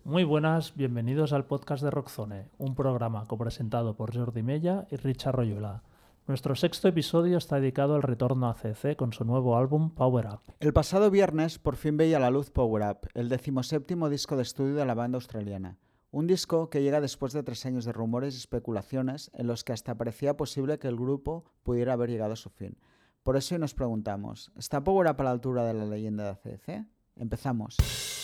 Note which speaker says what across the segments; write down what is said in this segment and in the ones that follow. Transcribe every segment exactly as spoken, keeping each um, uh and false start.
Speaker 1: Muy buenas, bienvenidos al podcast de Rockzone, un programa copresentado por Jordi Mella y Richard Royuela. Nuestro sexto episodio está dedicado al retorno a C C con su nuevo álbum Power Up.
Speaker 2: El pasado viernes por fin veía la luz Power Up, el decimoséptimo disco de estudio de la banda australiana. Un disco que llega después de tres años de rumores y especulaciones en los que hasta parecía posible que el grupo pudiera haber llegado a su fin. Por eso hoy nos preguntamos, ¿está Power Up a la altura de la leyenda de C C? Empezamos.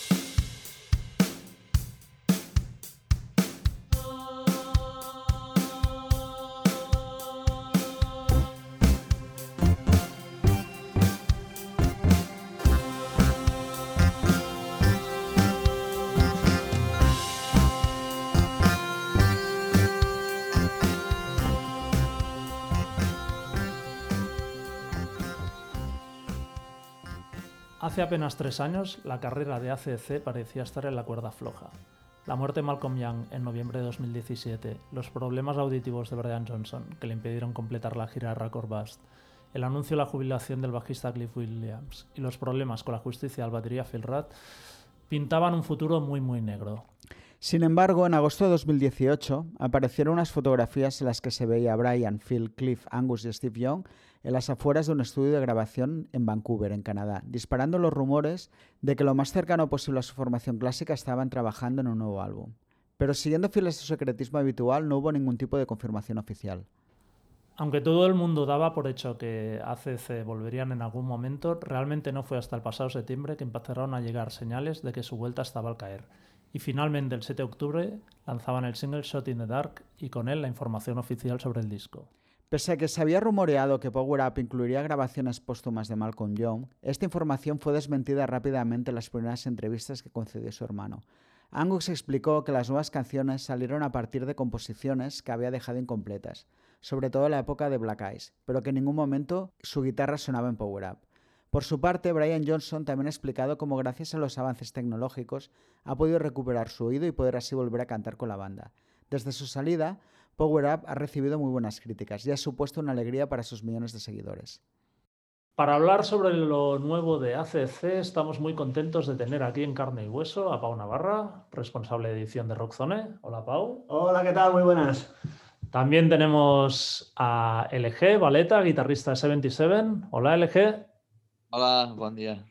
Speaker 1: Hace apenas tres años, la carrera de A C D C parecía estar en la cuerda floja. La muerte de Malcolm Young en noviembre de dos mil diecisiete, los problemas auditivos de Brian Johnson, que le impidieron completar la gira de Record Bust, el anuncio de la jubilación del bajista Cliff Williams y los problemas con la justicia del batería Phil Rudd pintaban un futuro muy muy negro.
Speaker 2: Sin embargo, en agosto de dos mil dieciocho aparecieron unas fotografías en las que se veía a Brian, Phil, Cliff, Angus y Steve Young en las afueras de un estudio de grabación en Vancouver, en Canadá, disparando los rumores de que lo más cercano posible a su formación clásica estaban trabajando en un nuevo álbum. Pero siguiendo fieles a su secretismo habitual, no hubo ningún tipo de confirmación oficial.
Speaker 1: Aunque todo el mundo daba por hecho que A C D C volverían en algún momento, realmente no fue hasta el pasado septiembre que empezaron a llegar señales de que su vuelta estaba al caer. Y finalmente, el siete de octubre, lanzaban el single Shot in the Dark y con él la información oficial sobre el disco.
Speaker 2: Pese a que se había rumoreado que Power Up incluiría grabaciones póstumas de Malcolm Young, esta información fue desmentida rápidamente en las primeras entrevistas que concedió su hermano. Angus explicó que las nuevas canciones salieron a partir de composiciones que había dejado incompletas, sobre todo en la época de Black Eyes, pero que en ningún momento su guitarra sonaba en Power Up. Por su parte, Brian Johnson también ha explicado cómo gracias a los avances tecnológicos ha podido recuperar su oído y poder así volver a cantar con la banda. Desde su salida, Power Up ha recibido muy buenas críticas y ha supuesto una alegría para sus millones de seguidores.
Speaker 1: Para hablar sobre lo nuevo de A C D C, estamos muy contentos de tener aquí en carne y hueso a Pau Navarra, responsable de edición de Rockzone. Hola, Pau.
Speaker 3: Hola, ¿qué tal? Muy buenas.
Speaker 1: También tenemos a L G Valeta, guitarrista de setenta y siete. Hola, L G.
Speaker 4: Hola, buen día.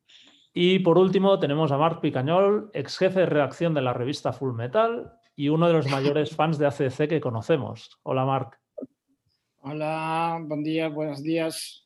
Speaker 1: Y por último tenemos a Marc Picañol, ex jefe de redacción de la revista Full Metal y uno de los mayores fans de A C D C que conocemos. Hola, Marc.
Speaker 5: Hola, buen día, buenos días.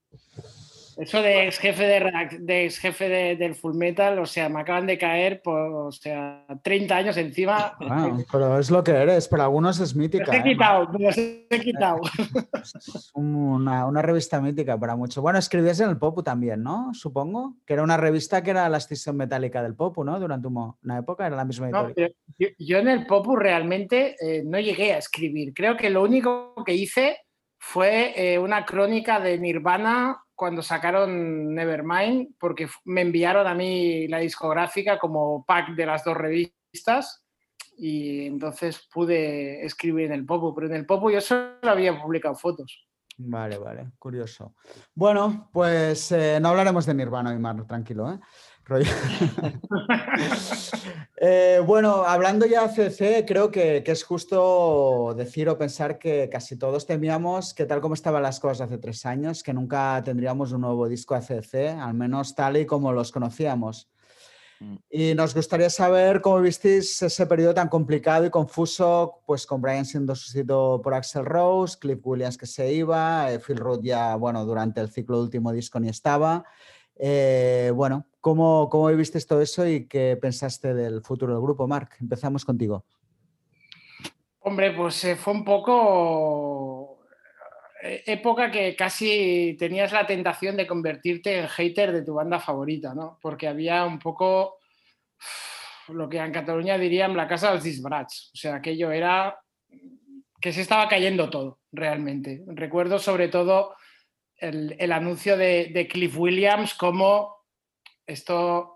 Speaker 5: Eso de ex jefe de, de ex jefe de, del Full Metal, o sea, me acaban de caer por, o sea, treinta años encima.
Speaker 2: Bueno, pero es lo que eres, para algunos es mítica.
Speaker 5: Me los he
Speaker 2: ¿eh?
Speaker 5: quitado, me los he quitado.
Speaker 2: Es una, una revista mítica para muchos. Bueno, escribías en el Popu también, ¿no? Supongo que era una revista que era la escisión metálica del Popu, ¿no? Durante una época era la misma editorial.
Speaker 5: No, yo, yo en el Popu realmente eh, no llegué a escribir. Creo que lo único que hice fue eh, una crónica de Nirvana cuando sacaron Nevermind, porque me enviaron a mí la discográfica como pack de las dos revistas y entonces pude escribir en el Popu, pero en el Popu yo solo había publicado fotos.
Speaker 2: Vale, vale, curioso. Bueno, pues eh, no hablaremos de Nirvana hoy, Mar, tranquilo, ¿eh? eh, bueno, hablando ya de C D C, creo que, que es justo decir o pensar que casi todos temíamos que tal como estaban las cosas hace tres años, que nunca tendríamos un nuevo disco de C D C, al menos tal y como los conocíamos. Y nos gustaría saber cómo visteis ese periodo tan complicado y confuso, pues con Brian siendo sustituido por Axl Rose, Cliff Williams que se iba, eh, Phil Rudd ya, bueno, durante el ciclo de último disco ni estaba. Eh, bueno, ¿cómo, ¿cómo visteis todo eso y qué pensaste del futuro del grupo? Marc, empezamos contigo.
Speaker 5: Hombre, pues eh, fue un poco época que casi tenías la tentación de convertirte en hater de tu banda favorita, ¿no? Porque había un poco lo que en Cataluña dirían la casa dels disbarats. O sea, aquello era que se estaba cayendo todo, realmente. Recuerdo sobre todo el, el anuncio de, de Cliff Williams como esto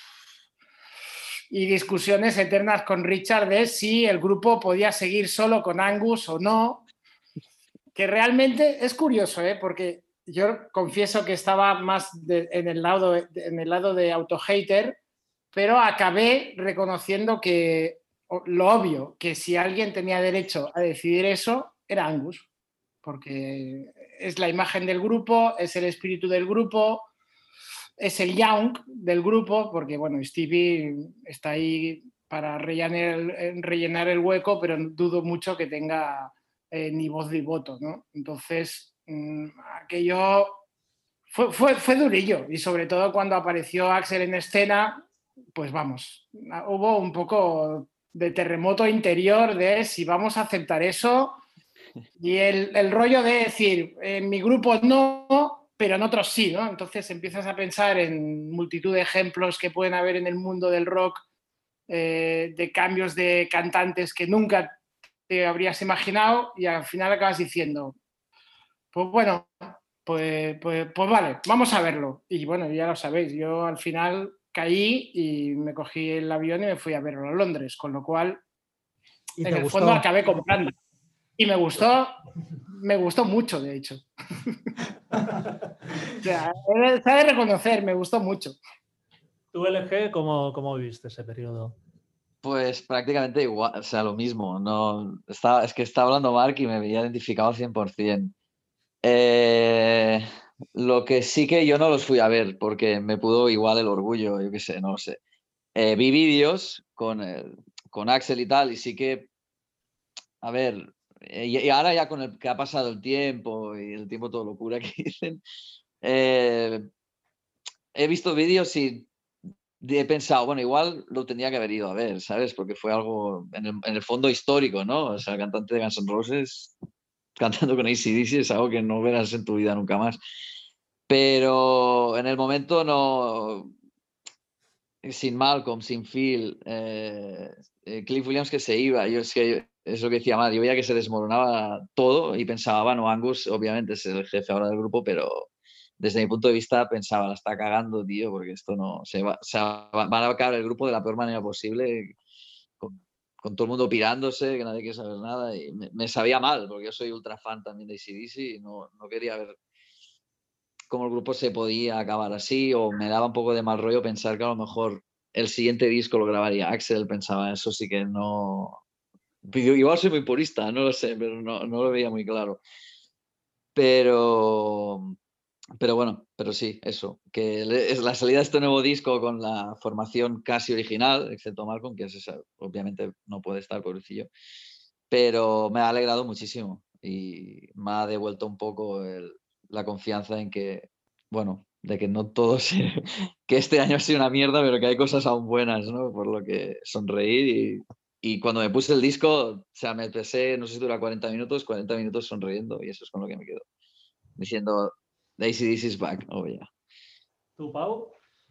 Speaker 5: y discusiones eternas con Richard de si el grupo podía seguir solo con Angus o no, que realmente es curioso, ¿eh? Porque yo confieso que estaba más de, en, el lado, de, en el lado de auto-hater, pero acabé reconociendo que lo obvio, que si alguien tenía derecho a decidir eso, era Angus, porque es la imagen del grupo, es el espíritu del grupo, es el Young del grupo, porque bueno, Stevie está ahí para rellenar el, rellenar el hueco, pero dudo mucho que tenga eh, ni voz ni voto, ¿no? Entonces, mmm, aquello fue, fue, fue durillo, y sobre todo cuando apareció Axel en escena, pues vamos, hubo un poco de terremoto interior de si vamos a aceptar eso, y el, el rollo de decir, en mi grupo no, pero en otros sí, ¿no? Entonces empiezas a pensar en multitud de ejemplos que pueden haber en el mundo del rock, eh, de cambios de cantantes que nunca te habrías imaginado, y al final acabas diciendo, pues bueno, pues, pues, pues vale, vamos a verlo. Y bueno, ya lo sabéis, yo al final caí y me cogí el avión y me fui a verlo a Londres, con lo cual en el
Speaker 3: gustó?
Speaker 5: fondo acabé comprando. Y me gustó, me gustó mucho, de hecho. O sea, se ha de reconocer, me gustó mucho.
Speaker 1: ¿Tú, L G, cómo, cómo viviste ese periodo?
Speaker 4: Pues prácticamente igual, o sea, lo mismo. No, está, es que está hablando Mark y me había identificado al cien por cien. Eh, lo que sí que yo no los fui a ver porque me pudo igual el orgullo, yo qué sé, no lo sé. Eh, vi vídeos con, el, con Axel y tal, y sí que, a ver, y, y ahora ya con el que ha pasado el tiempo y el tiempo todo locura que dicen, eh, he visto vídeos y he pensado, bueno, igual lo tendría que haber ido a ver, ¿sabes? Porque fue algo en el, en el fondo histórico, ¿no? O sea, el cantante de Guns N' Roses cantando con A C D C es algo que no verás en tu vida nunca más. Pero en el momento no, sin Malcolm, sin Phil, eh, eh, Cliff Williams que se iba, yo es que es lo que decía Matt, yo veía que se desmoronaba todo y pensaba, bueno, Angus obviamente es el jefe ahora del grupo, pero desde mi punto de vista pensaba, la está cagando, tío, porque esto no, se va, se va, van a acabar el grupo de la peor manera posible, con, con todo el mundo pirándose, que nadie quiere saber nada, y me, me sabía mal, porque yo soy ultra fan también de A C D C y no, no quería ver cómo el grupo se podía acabar así, o me daba un poco de mal rollo pensar que a lo mejor el siguiente disco lo grabaría Axel, pensaba eso, sí que no... Igual soy muy purista, no lo sé, pero no, no lo veía muy claro. Pero, pero bueno, pero sí, eso, que es la salida de este nuevo disco con la formación casi original, excepto Malcolm, que es esa, obviamente no puede estar, pobrecillo, pero me ha alegrado muchísimo y me ha devuelto un poco el, la confianza en que, bueno, de que no todo se, que este año ha sido una mierda, pero que hay cosas aún buenas, ¿no? Por lo que sonreír y, y cuando me puse el disco, o sea, me pesé, no sé si dura cuarenta minutos, cuarenta minutos sonriendo y eso es con lo que me quedo. Diciendo, A C D C is back, oh yeah.
Speaker 1: ¿Tú, Pau?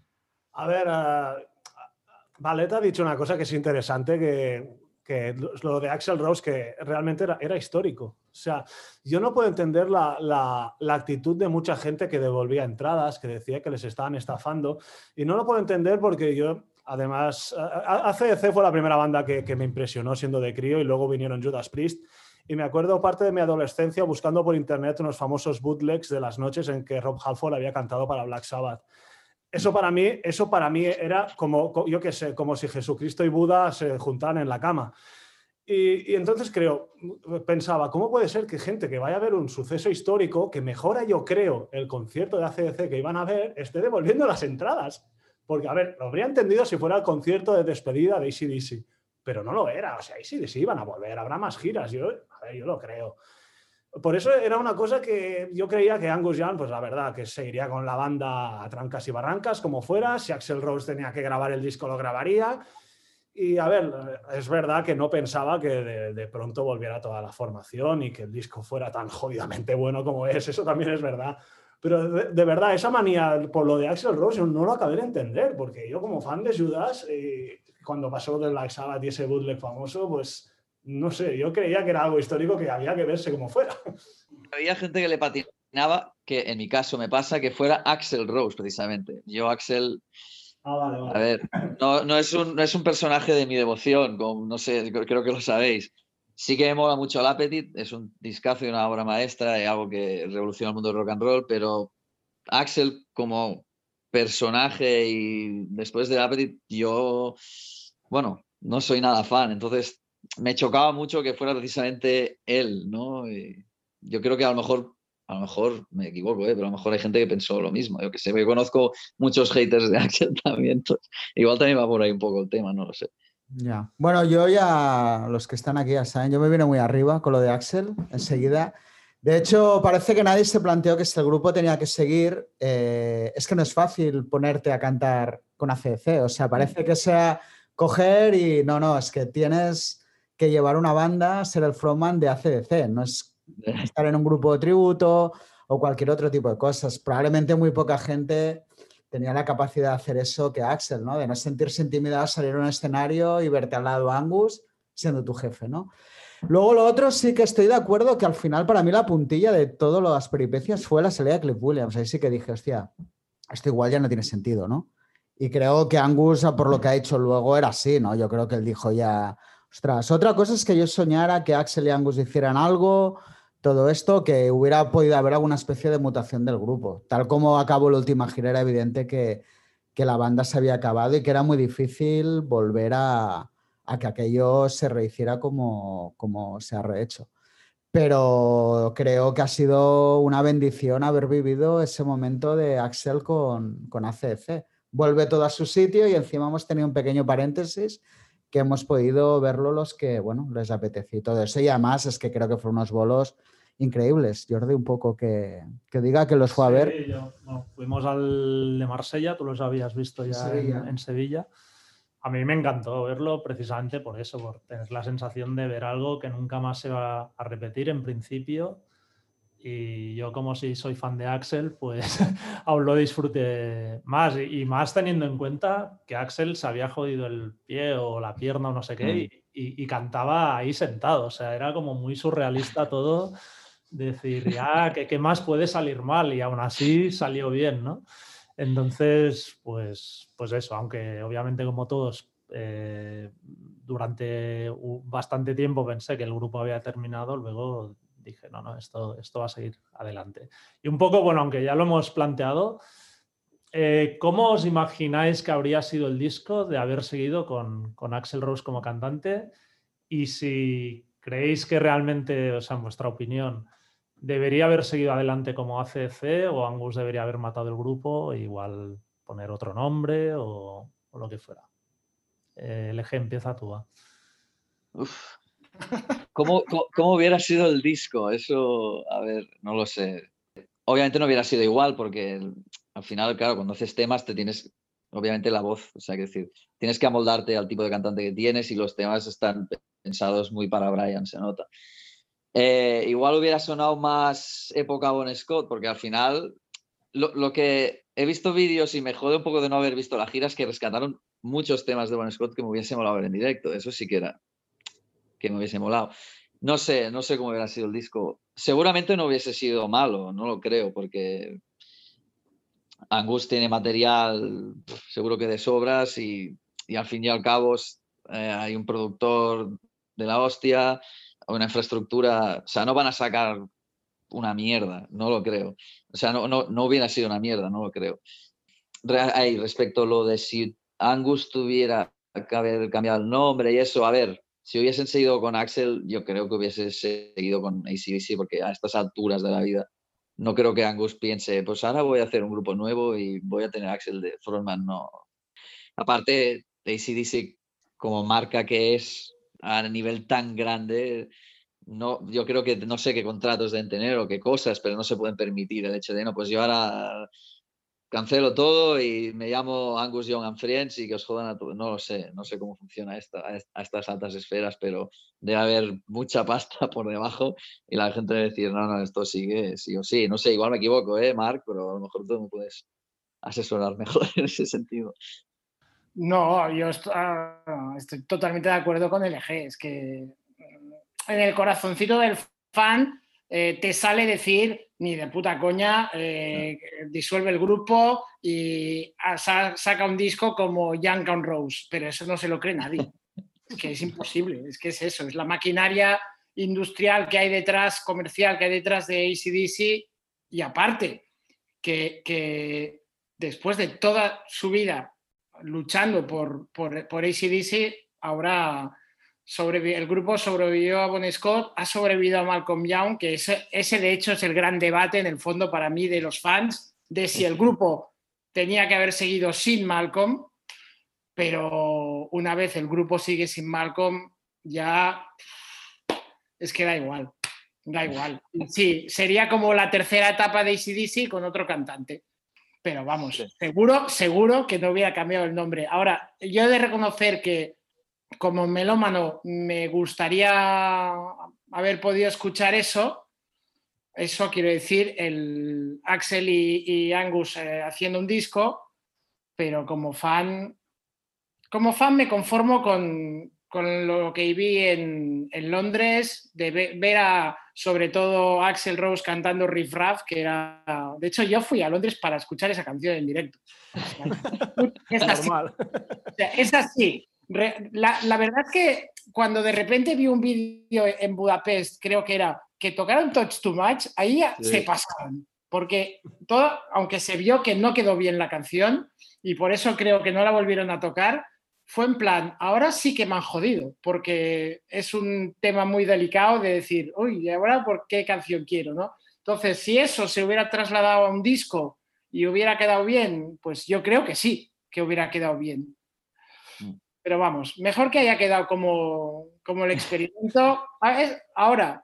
Speaker 3: A ver, uh, Valet ha dicho una cosa que es interesante, que, que lo de Axl Rose, que realmente era, era histórico. O sea, yo no puedo entender la, la, la actitud de mucha gente que devolvía entradas, que decía que les estaban estafando, y no lo puedo entender porque yo, además, A C D C fue la primera banda que, que me impresionó siendo de crío, y luego vinieron Judas Priest, y me acuerdo parte de mi adolescencia buscando por internet unos famosos bootlegs de las noches en que Rob Halford había cantado para Black Sabbath. Eso para mí, eso para mí era como, yo qué sé, como si Jesucristo y Buda se juntaran en la cama. Y, y entonces creo, pensaba, ¿cómo puede ser que gente que vaya a ver un suceso histórico que mejora, yo creo, el concierto de A C D C que iban a ver, esté devolviendo las entradas? Porque, a ver, lo habría entendido si fuera el concierto de despedida de A C D C, pero no lo era. O sea, A C D C iban a volver, habrá más giras. Yo, a ver, yo lo creo. Por eso era una cosa que yo creía que Angus Young, pues la verdad, que seguiría con la banda a trancas y barrancas, como fuera. Si Axl Rose tenía que grabar el disco, lo grabaría. Y a ver, es verdad que no pensaba que de, de pronto volviera toda la formación y que el disco fuera tan jodidamente bueno como es. Eso también es verdad. Pero de, de verdad, esa manía por lo de Axl Rose yo no lo acabé de entender, porque yo como fan de Judas, eh, cuando pasó de Black Sabbath y ese bootleg famoso, pues no sé, yo creía que era algo histórico que había que verse como fuera.
Speaker 4: Había gente que le patinaba, que en mi caso me pasa, que fuera Axl Rose, precisamente. Yo, Axl,
Speaker 3: Ah, vale, vale.
Speaker 4: a ver, no, no, es un, no es un personaje de mi devoción, como, no sé, creo que lo sabéis. Sí que me mola mucho el Appetite, es un discazo y una obra maestra, es algo que revoluciona el mundo del rock and roll, pero Axl como personaje y después de Appetite yo, bueno, no soy nada fan, entonces me chocaba mucho que fuera precisamente él, ¿no? Y yo creo que a lo mejor, a lo mejor me equivoco, ¿eh? Pero a lo mejor hay gente que pensó lo mismo, yo que sé, yo conozco muchos haters de Axel también, entonces, igual también va por ahí un poco el tema, no lo sé.
Speaker 2: Ya. Bueno, yo ya, los que están aquí ya saben, yo me vine muy arriba con lo de Axel enseguida. De hecho, parece que nadie se planteó que si el grupo tenía que seguir, eh, es que no es fácil ponerte a cantar con A C D C, o sea, parece que sea coger y no, no, es que tienes que llevar una banda, ser el frontman de A C D C, no es estar en un grupo de tributo o cualquier otro tipo de cosas. Probablemente muy poca gente tenía la capacidad de hacer eso que Axel, ¿no? De no sentirse intimidado, salir a un escenario y verte al lado Angus siendo tu jefe, ¿no? Luego lo otro sí que estoy de acuerdo que al final para mí la puntilla de todas las peripecias fue la salida de Cliff Williams. Ahí sí que dije, hostia, esto igual ya no tiene sentido, ¿no? Y creo que Angus, por lo que ha hecho luego, era así, ¿no? Yo creo que él dijo ya, ostras, otra cosa es que yo soñara que Axel y Angus hicieran algo, todo esto, que hubiera podido haber alguna especie de mutación del grupo. Tal como acabó la última gira, era evidente que, que la banda se había acabado y que era muy difícil volver a, a que aquello se rehiciera como, como se ha rehecho. Pero creo que ha sido una bendición haber vivido ese momento de Axel con, con A C D C. Vuelve todo a su sitio y encima hemos tenido un pequeño paréntesis que hemos podido verlo los que, bueno, les apetecía y todo eso. Y además es que creo que fueron unos bolos increíbles. Jordi, un poco que, que diga que los fue
Speaker 1: sí,
Speaker 2: a ver.
Speaker 1: Yo, bueno, fuimos al de Marsella, tú los habías visto ya en Sevilla. En, en Sevilla. A mí me encantó verlo precisamente por eso, por tener la sensación de ver algo que nunca más se va a repetir en principio. Y yo, como si soy fan de Axel, pues aún lo disfruté más. Y, y más teniendo en cuenta que Axel se había jodido el pie o la pierna o no sé qué, mm. y, y, y cantaba ahí sentado. O sea, era como muy surrealista todo. Decir, ya, ¿qué, qué más puede salir mal? Y aún así salió bien, ¿no? Entonces, pues, pues eso, aunque obviamente como todos eh, durante bastante tiempo pensé que el grupo había terminado, luego dije, no, no, esto, esto va a seguir adelante. Y un poco, bueno, aunque ya lo hemos planteado, eh, ¿cómo os imagináis que habría sido el disco de haber seguido con, con Axl Rose como cantante? Y si creéis que realmente, o sea, en vuestra opinión, ¿debería haber seguido adelante como A C D C o Angus debería haber matado el grupo e igual poner otro nombre o, o lo que fuera? Eh, el eje empieza tú. ¿eh?
Speaker 4: Uf. ¿Cómo, cómo, ¿Cómo hubiera sido el disco? Eso, a ver, no lo sé. Obviamente no hubiera sido igual porque al final, claro, cuando haces temas te tienes, obviamente la voz, o sea, que decir, tienes que amoldarte al tipo de cantante que tienes y los temas están pensados muy para Brian, se nota. Eh, igual hubiera sonado más época Bon Scott, porque al final lo, lo que he visto vídeos y me jode un poco de no haber visto la gira es que rescataron muchos temas de Bon Scott que me hubiese molado ver en directo. Eso sí que era, que me hubiese molado. No sé, no sé cómo hubiera sido el disco. Seguramente no hubiese sido malo, no lo creo, porque Angus tiene material seguro que de sobras y, y al fin y al cabo eh, hay un productor de la hostia, una infraestructura, o sea, no van a sacar una mierda, no lo creo. O sea, no, no, no hubiera sido una mierda, no lo creo. Ay, respecto a lo de si Angus tuviera que haber cambiado el nombre y eso, a ver, si hubiesen seguido con Axel, yo creo que hubiese seguido con A C D C, porque a estas alturas de la vida no creo que Angus piense, pues ahora voy a hacer un grupo nuevo y voy a tener a Axel de frontman, no. Aparte, A C D C como marca que es a nivel tan grande, no, yo creo que no sé qué contratos deben tener o qué cosas, pero no se pueden permitir el hecho de, no, pues yo ahora cancelo todo y me llamo Angus Young and Friends y que os jodan a todos. No lo sé, no sé cómo funciona esta, a estas altas esferas, pero debe haber mucha pasta por debajo y la gente debe decir, no, no, esto sigue sí o sí. No sé, igual me equivoco, ¿eh, Marc? Pero a lo mejor tú me puedes asesorar mejor en ese sentido.
Speaker 5: No, yo estoy, estoy totalmente de acuerdo con el eje. Es que en el corazoncito del fan eh, te sale decir, ni de puta coña, eh, disuelve el grupo y sa saca un disco como Young and Rose, pero eso no se lo cree nadie. Es que es imposible, es que es eso, es la maquinaria industrial que hay detrás, comercial que hay detrás de A C D C y aparte, que, que después de toda su vida luchando por, por, por A C D C, ahora el grupo sobrevivió a Bon Scott, ha sobrevivido a Malcolm Young, que ese, ese de hecho es el gran debate en el fondo para mí de los fans, de si el grupo tenía que haber seguido sin Malcolm, pero una vez el grupo sigue sin Malcolm, ya es que da igual, da igual. Sí, sería como la tercera etapa de A C D C con otro cantante. Pero vamos, sí. seguro, seguro que no hubiera cambiado el nombre. Ahora, yo he de reconocer que como melómano me gustaría haber podido escuchar eso. Eso quiero decir, el Axel y, y Angus eh, haciendo un disco, pero como fan, como fan me conformo con, con lo que vi en, en Londres, de ver, ver a, sobre todo, Axl Rose cantando Riff Raff, que era... De hecho, yo fui a Londres para escuchar esa canción en directo. O sea, es así. O sea, es así. La, la verdad es que cuando de repente vi un vídeo en Budapest, creo que era, que tocaron Touch Too Much, ahí sí. se pasaron. Porque todo, aunque se vio que no quedó bien la canción, y por eso creo que no la volvieron a tocar, fue en plan, ahora sí que me han jodido, porque es un tema muy delicado de decir, uy, ¿y ahora por qué canción quiero, no? Entonces, si eso se hubiera trasladado a un disco y hubiera quedado bien, pues yo creo que sí, que hubiera quedado bien. Pero vamos, mejor que haya quedado como, como el experimento. Ahora,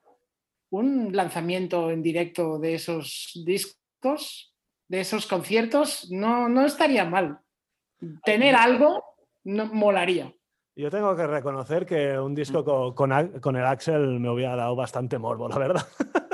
Speaker 5: un lanzamiento en directo de esos discos, de esos conciertos, no, no estaría mal. Tener algo... no molaría.
Speaker 3: Yo tengo que reconocer que un disco con, con, con el Axl me hubiera dado bastante morbo, la verdad.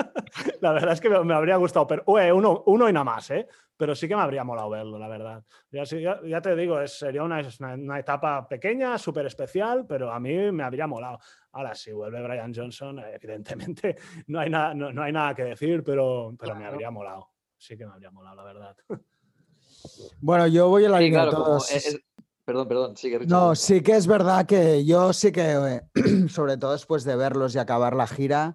Speaker 3: La verdad es que me, me habría gustado, pero ué, uno, uno y nada más, ¿eh? Pero sí que me habría molado verlo, la verdad. Ya, ya, ya te digo, es, sería una, una, una etapa pequeña, súper especial, pero a mí me habría molado. Ahora, si vuelve Brian Johnson, evidentemente no hay nada, no, no hay nada que decir, pero, pero me habría molado. Sí que me habría molado, la verdad.
Speaker 2: Bueno, yo voy a la
Speaker 4: sí,
Speaker 2: línea
Speaker 4: claro,
Speaker 2: de todos.
Speaker 4: Es, es... Perdón, perdón, sigue Richard.
Speaker 2: No, sí que es verdad que yo sí que, eh, sobre todo después de verlos y acabar la gira,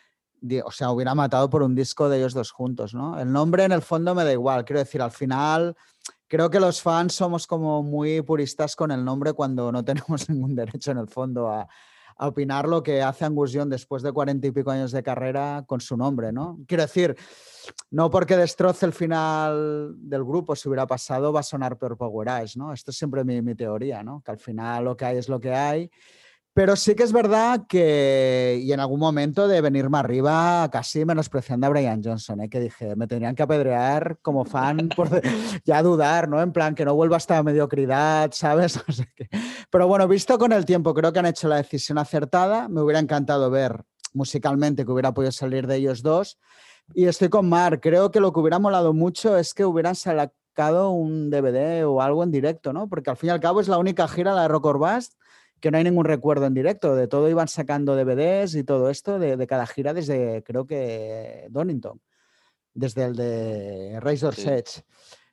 Speaker 2: o sea, hubiera matado por un disco de ellos dos juntos, ¿no? El nombre en el fondo me da igual, quiero decir, al final creo que los fans somos como muy puristas con el nombre cuando no tenemos ningún derecho en el fondo a, a opinar lo que hace Angus Young después de cuarenta y pico años de carrera con su nombre, ¿no? Quiero decir, no porque destroce el final del grupo, si hubiera pasado, va a sonar peor Power Eyes, ¿no? Esto es siempre mi, mi teoría, ¿no? Que al final lo que hay es lo que hay. Pero sí que es verdad que, y en algún momento de venirme arriba, casi menospreciando a Brian Johnson, ¿eh? Que dije, me tendrían que apedrear como fan por ya dudar, ¿no? En plan, que no vuelva hasta la mediocridad, ¿sabes? O sea que... Pero bueno, visto con el tiempo, creo que han hecho la decisión acertada. Me hubiera encantado ver musicalmente que hubiera podido salir de ellos dos. Y estoy con Marc, creo que lo que hubiera molado mucho es que hubieran sacado un D V D o algo en directo, ¿no? Porque al fin y al cabo es la única gira, la de Rock or Bust, que no hay ningún recuerdo en directo. De todo iban sacando D V Ds y todo esto de, de cada gira desde, creo que, Donington, desde el de Razor's sí. Edge.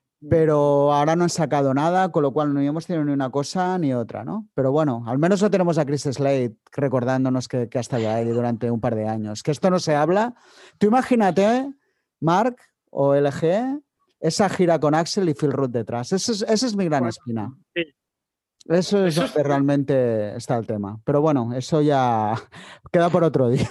Speaker 2: Pero ahora no han sacado nada, con lo cual no hemos tenido ni una cosa ni otra, ¿no? Pero bueno, al menos no tenemos a Chris Slade recordándonos que, que ha estado ahí durante un par de años. Que esto no se habla. Tú imagínate, Marc o L G, esa gira con Axl y Phil Rudd detrás. Esa es, esa es mi gran bueno, espina. Sí. Eso es eso donde es... realmente está el tema. Pero bueno, eso ya queda por otro día.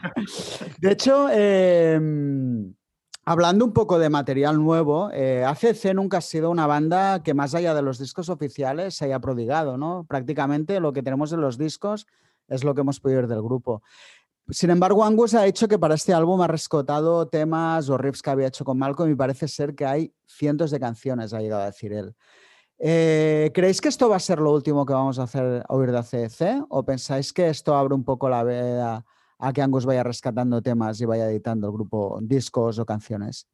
Speaker 2: De hecho, eh, hablando un poco de material nuevo, eh, A C D C nunca ha sido una banda que más allá de los discos oficiales se haya prodigado, ¿no? Prácticamente lo que tenemos en los discos es lo que hemos podido ver del grupo. Sin embargo, Angus ha dicho que para este álbum ha rescatado temas o riffs que había hecho con Malcolm y parece ser que hay cientos de canciones, ha llegado a decir él. Eh, ¿Creéis que esto va a ser lo último que vamos a hacer oír de A C D C? ¿O pensáis que esto abre un poco la veda a que Angus vaya rescatando temas y vaya editando el grupo discos o canciones?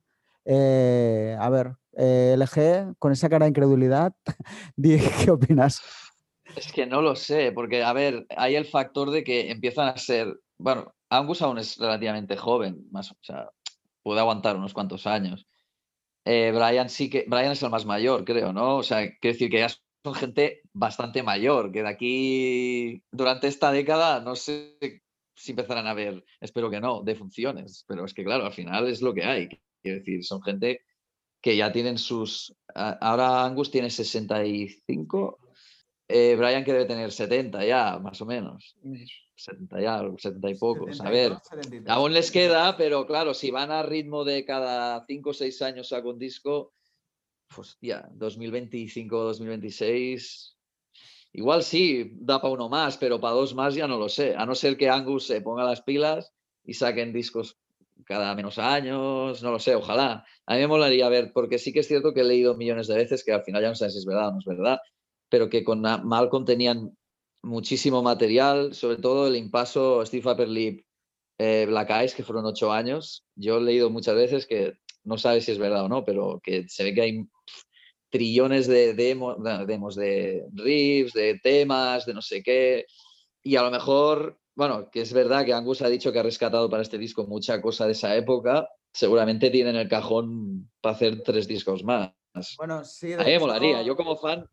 Speaker 2: Eh, a ver, eh, L G, con esa cara de incredulidad, ¿qué opinas?
Speaker 4: Es que no lo sé, porque, a ver, hay el factor de que empiezan a ser... Bueno, Angus aún es relativamente joven, más, o sea, puede aguantar unos cuantos años. Eh, Brian sí que... Brian es el más mayor, creo, ¿no? O sea, quiero decir que ya son gente bastante mayor, que de aquí, durante esta década, no sé si empezarán a ver, espero que no, defunciones, pero es que, claro, al final es lo que hay. Quiero decir, son gente que ya tienen sus... Ahora Angus tiene sesenta y cinco, eh, Brian que debe tener setenta ya, más o menos. setenta ya, setenta y pocos. A ver, aún les queda, pero claro, si van a ritmo de cada cinco o seis años saco un disco, pues ya, dos mil veinticinco, dos mil veintiséis... Igual sí, da para uno más, pero para dos más ya no lo sé. A no ser que Angus se ponga las pilas y saquen discos cada menos años, no lo sé, ojalá. A mí me molaría ver, porque sí que es cierto que he leído millones de veces que al final ya no sabes si es verdad o no es verdad, pero que con Malcolm tenían muchísimo material, sobre todo el impaso Steve Upperlip, eh, Black Eyes, que fueron ocho años. Yo he leído muchas veces que no sabes si es verdad o no, pero que se ve que hay trillones de demo, demos de riffs, de temas, de no sé qué, y a lo mejor, bueno, que es verdad que Angus ha dicho que ha rescatado para este disco mucha cosa de esa época, seguramente tiene en el cajón para hacer tres discos más.
Speaker 2: Bueno, sí,
Speaker 4: a mí me molaría, yo como fan...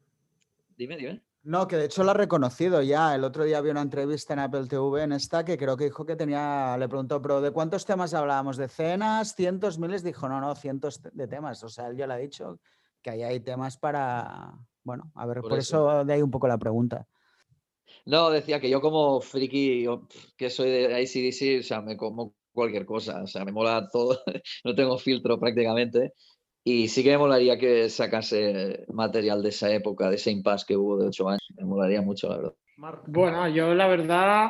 Speaker 4: Dime, dime.
Speaker 2: No, que de hecho lo ha reconocido ya. El otro día vi una entrevista en Apple T V en esta que creo que dijo que tenía, le preguntó, pero ¿de cuántos temas hablábamos? ¿Decenas, cientos, miles? Dijo, no, no, cientos de temas. O sea, él ya lo ha dicho, que ahí hay temas para... Bueno, a ver, por, por eso. eso de ahí un poco la pregunta.
Speaker 4: No, decía que yo como friki, que soy de A C D C, o sea, me como cualquier cosa, o sea, me mola todo, no tengo filtro prácticamente, y sí que me molaría que sacase material de esa época, de ese impasse que hubo de ocho años, me molaría mucho, la verdad.
Speaker 5: Bueno, yo la verdad,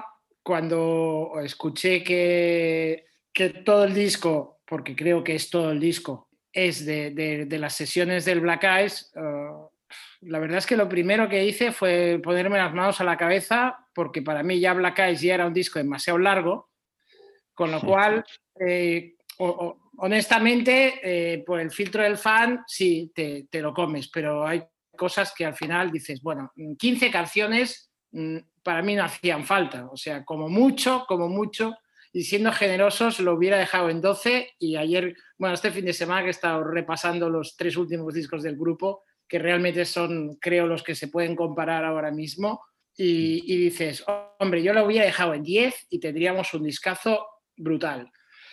Speaker 5: cuando escuché que, que todo el disco, porque creo que es todo el disco, es de, de, de las sesiones del Black Eyes, uh, la verdad es que lo primero que hice fue ponerme las manos a la cabeza, porque para mí ya Black Eyes ya era un disco demasiado largo, con lo cual, eh, o, o, honestamente, eh, por el filtro del fan, sí, te, te lo comes, pero hay cosas que al final dices, bueno, quince canciones para mí no hacían falta, o sea, como mucho, como mucho, y siendo generosos lo hubiera dejado en doce, y ayer, bueno, este fin de semana que he estado repasando los tres últimos discos del grupo, que realmente son, creo, los que se pueden comparar ahora mismo, y, y dices, hombre, yo lo hubiera dejado en diez y tendríamos un discazo brutal.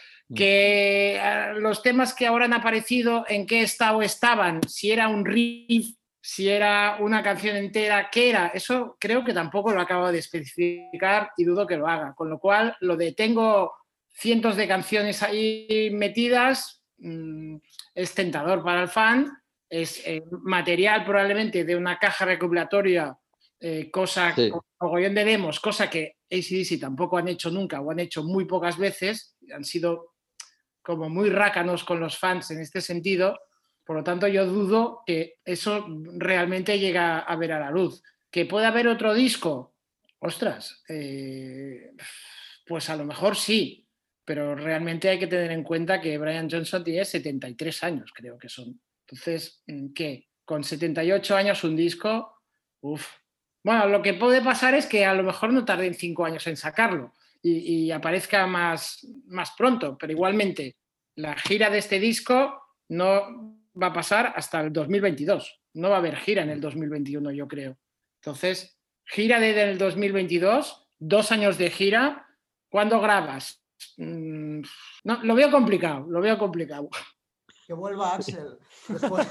Speaker 5: Que uh, los temas que ahora han aparecido, en qué estado estaban, si era un riff, si era una canción entera, qué era, eso creo que tampoco lo acabo de especificar y dudo que lo haga, con lo cual lo de tengo cientos de canciones ahí metidas mmm, es tentador para el fan, es eh, material probablemente de una caja recopilatoria, eh, cosa, sí. Con mogollón de demos, cosa que A C D C tampoco han hecho nunca o han hecho muy pocas veces, han sido como muy rácanos con los fans en este sentido. Por lo tanto, yo dudo que eso realmente llegue a ver a la luz. ¿Que puede haber otro disco? Ostras, eh, pues a lo mejor sí, pero realmente hay que tener en cuenta que Brian Johnson tiene setenta y tres años, creo que son. Entonces, ¿qué? Con setenta y ocho años un disco, uff. Bueno, lo que puede pasar es que a lo mejor no tarden cinco años en sacarlo y, y aparezca más, más pronto, pero igualmente la gira de este disco no va a pasar hasta el dos mil veintidós. No va a haber gira en el dos mil veintiuno, yo creo. Entonces, gira desde el dos mil veintidós, dos años de gira. ¿Cuándo grabas? Mm, no, lo veo complicado, lo veo complicado.
Speaker 2: Que vuelva Axel. Después...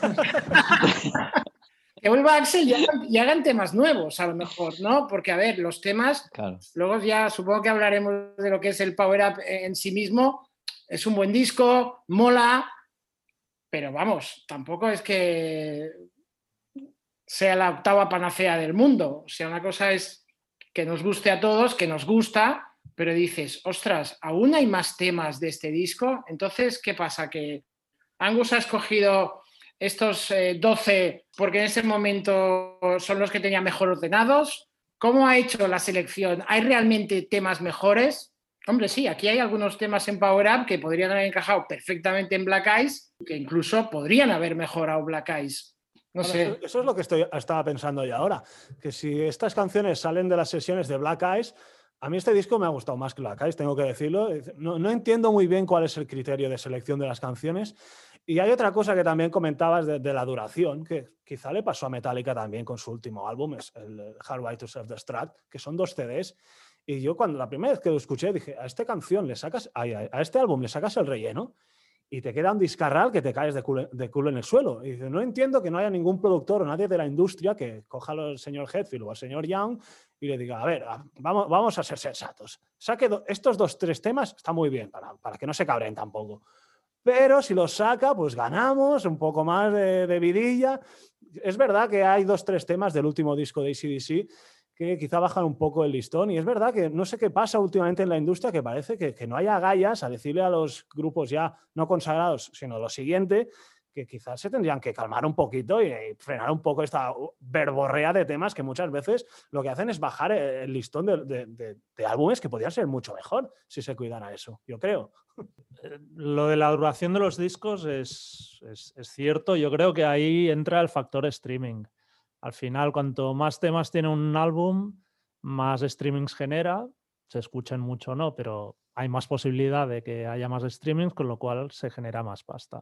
Speaker 5: que vuelva Axel y hagan, y hagan temas nuevos, a lo mejor, ¿no? Porque, a ver, los temas, claro. Luego ya supongo que hablaremos de lo que es el Power Up en sí mismo. Es un buen disco, mola, pero vamos, tampoco es que sea la octava panacea del mundo. O sea, una cosa es que nos guste a todos, que nos gusta, pero dices, ostras, ¿aún hay más temas de este disco? Entonces, ¿qué pasa? Que Angus ha escogido estos eh, doce porque en ese momento son los que tenía mejor ordenados. ¿Cómo ha hecho la selección? ¿Hay realmente temas mejores? Hombre, sí, aquí hay algunos temas en Power Up que podrían haber encajado perfectamente en Black Eyes, que incluso podrían haber mejorado Black Eyes. No
Speaker 3: bueno,
Speaker 5: sé.
Speaker 3: Eso, eso es lo que estoy, estaba pensando yo ahora, que si estas canciones salen de las sesiones de Black Eyes, a mí este disco me ha gustado más que Black Eyes, tengo que decirlo. No, no entiendo muy bien cuál es el criterio de selección de las canciones. Y hay otra cosa que también comentabas de, de la duración, que quizá le pasó a Metallica también con su último álbum, es el Hard Way to Self-Destruct, que son dos C Ds. Y yo cuando la primera vez que lo escuché dije, a esta canción le sacas, a, a este álbum le sacas el relleno. y te queda un discarral que te caes de culo, de culo en el suelo. Y dices, no entiendo que no haya ningún productor o nadie de la industria que coja al señor Hetfield o al señor Young y le diga, a ver, vamos, vamos a ser sensatos. Saque do, estos dos, tres temas, está muy bien, para, para que no se cabren tampoco. Pero si los saca, pues ganamos un poco más de, de vidilla. Es verdad que hay dos, tres temas del último disco de A C D C que quizá bajan un poco el listón. Y es verdad que no sé qué pasa últimamente en la industria, que parece que, que no haya agallas a decirle a los grupos ya no consagrados, sino lo siguiente, que quizás se tendrían que calmar un poquito y, y frenar un poco esta verborrea de temas que muchas veces lo que hacen es bajar el listón de, de, de, de álbumes que podrían ser mucho mejor si se cuidara eso, yo creo.
Speaker 1: Lo de la duración de los discos es, es, es cierto. Yo creo que ahí entra el factor streaming. Al final, cuanto más temas tiene un álbum, más streamings genera. Se escuchan mucho o no, pero hay más posibilidad de que haya más streamings, con lo cual se genera más pasta.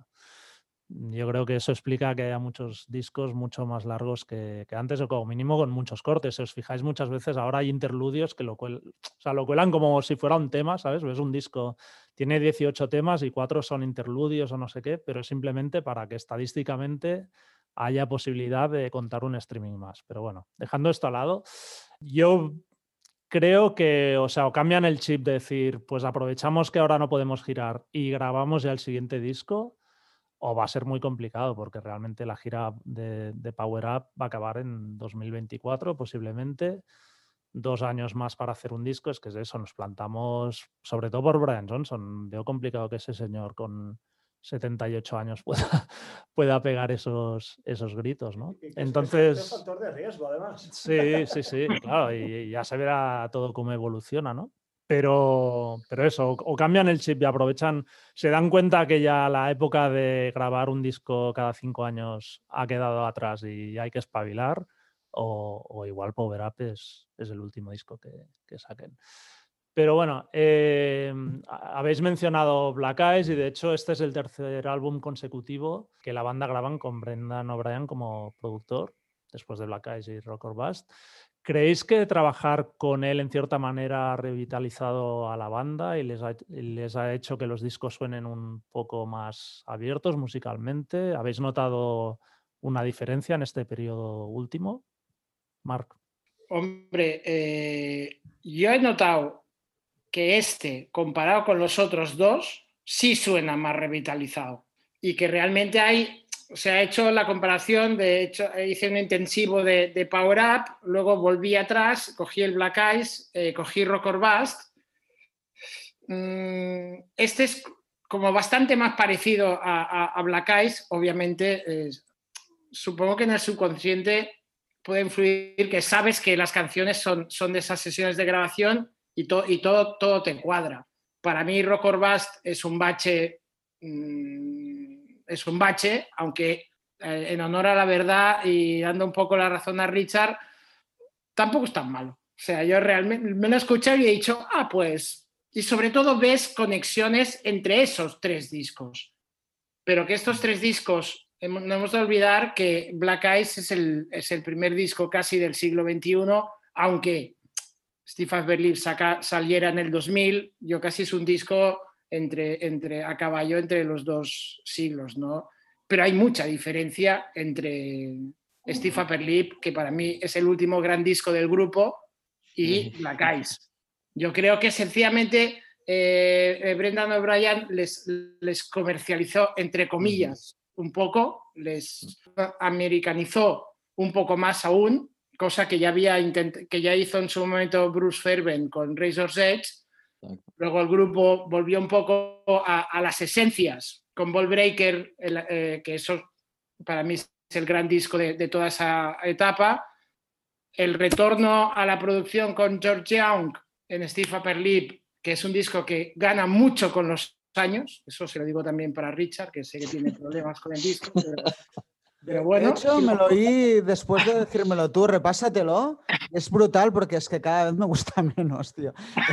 Speaker 1: Yo creo que eso explica que haya muchos discos mucho más largos que, que antes, o como mínimo con muchos cortes. Si os fijáis, muchas veces ahora hay interludios que lo, cuel, o sea, lo cuelan como si fuera un tema, ¿sabes? Ves un disco, tiene dieciocho temas y cuatro son interludios o no sé qué, pero es simplemente para que estadísticamente haya posibilidad de contar un streaming más. Pero bueno, dejando esto al lado, yo creo que, o sea, o cambian el chip de decir, pues aprovechamos que ahora no podemos girar y grabamos ya el siguiente disco, o va a ser muy complicado, porque realmente la gira de, de Power Up va a acabar en dos mil veinticuatro posiblemente. Dos años más para hacer un disco, es que es eso, nos plantamos, sobre todo por Brian Johnson. Veo complicado que ese señor con setenta y ocho años pueda, pueda pegar esos, esos gritos, ¿no?
Speaker 3: Y que
Speaker 1: Entonces,
Speaker 3: es un factor de riesgo, además.
Speaker 1: Sí, sí, sí, claro, y, y ya se verá todo cómo evoluciona, ¿no? Pero, pero eso, o, o cambian el chip y aprovechan, se dan cuenta que ya la época de grabar un disco cada cinco años ha quedado atrás y hay que espabilar, o, o igual Power Up es, es el último disco que, que saquen. Pero bueno, eh, habéis mencionado Black Eyes y de hecho este es el tercer álbum consecutivo que la banda graban con Brendan O'Brien como productor, después de Black Eyes y Rock or Bust. ¿Creéis que trabajar con él en cierta manera ha revitalizado a la banda y les ha, y les ha hecho que los discos suenen un poco más abiertos musicalmente? ¿Habéis notado una diferencia en este periodo último? Marc.
Speaker 5: Hombre, eh, yo he notado que este, comparado con los otros dos, sí suena más revitalizado y que realmente hay... Se ha hecho la comparación, de hecho hice un intensivo de, de Power Up, luego volví atrás, cogí el Black Eyes, eh, cogí Rock or Bust. Mm, este es como bastante más parecido a, a, a Black Eyes, obviamente. Eh, supongo que en el subconsciente puede influir que sabes que las canciones son, son de esas sesiones de grabación y, to, y todo, todo te cuadra. Para mí Rock or Bust es un bache... Mmm, es un bache, aunque eh, en honor a la verdad y dando un poco la razón a Richard, tampoco es tan malo. O sea, yo realmente me lo he escuchado y he dicho, ah, pues... Y sobre todo ves conexiones entre esos tres discos. Pero que estos tres discos, no hemos de olvidar que Black Eyes es el, es el primer disco casi del siglo veintiuno, aunque Steve Berlin saca, saliera en el dos mil, yo casi es un disco... Entre, entre, a caballo entre los dos siglos, ¿no? Pero hay mucha diferencia entre Steve Upper Lip, que para mí es el último gran disco del grupo, y Black Eyes. Yo creo que sencillamente eh, Brendan O'Brien les, les comercializó, entre comillas, un poco, les americanizó un poco más aún, cosa que ya, había intent- que ya hizo en su momento Bruce Fairbairn con Razor's Edge. Luego el grupo volvió un poco a, a las esencias con Ball Breaker, el, eh, que eso para mí es el gran disco de, de toda esa etapa. El retorno a la producción con George Young en Steve Upper Lip, que es un disco que gana mucho con los años. Eso se lo digo también para Richard, que sé que tiene problemas con el disco. Pero... Pero bueno,
Speaker 2: de hecho, me lo oí después de decírmelo tú, repásatelo. Es brutal porque es que cada vez me gusta menos, tío.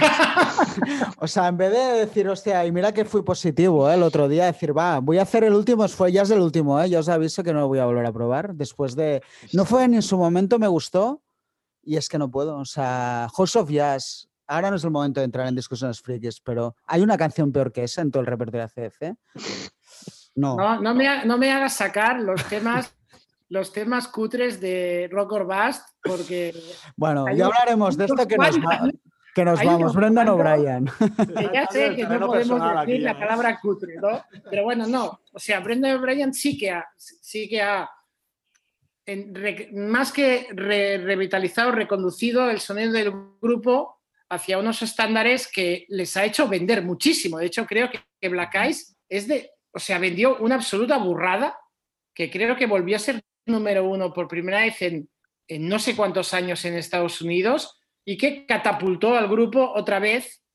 Speaker 2: O sea, en vez de decir, hostia, y mira que fui positivo ¿eh? El otro día, decir, va, voy a hacer el último, fue ya es el último, ¿eh? Ya os aviso que no lo voy a volver a probar. Después de... No fue ni en su momento, me gustó y es que no puedo. O sea, House of Jazz, ahora no es el momento de entrar en discusiones frikis, pero hay una canción peor que esa en todo el repertorio de A C D C. No.
Speaker 5: No, no, me, no me hagas sacar los temas, los temas cutres de Rock or Bust, porque...
Speaker 2: Bueno,
Speaker 5: hay
Speaker 2: ya
Speaker 5: unos-
Speaker 2: hablaremos de esto que nos, va, que nos
Speaker 5: hay
Speaker 2: vamos.
Speaker 5: unos
Speaker 2: Brendan
Speaker 5: cuantos
Speaker 2: O'Brien.
Speaker 5: que ya sé que no podemos decir la palabra cutre, ¿no? Pero bueno, no. O sea, Brendan O'Brien sí que ha, sí que ha en, re, más que re, revitalizado, reconducido el sonido del grupo hacia unos estándares que les ha hecho vender muchísimo. De hecho, creo que, que Black Eyes es de... O sea, vendió una absoluta burrada, que creo que volvió a ser número uno por primera vez en, en no sé cuántos años en Estados Unidos y que catapultó al grupo otra vez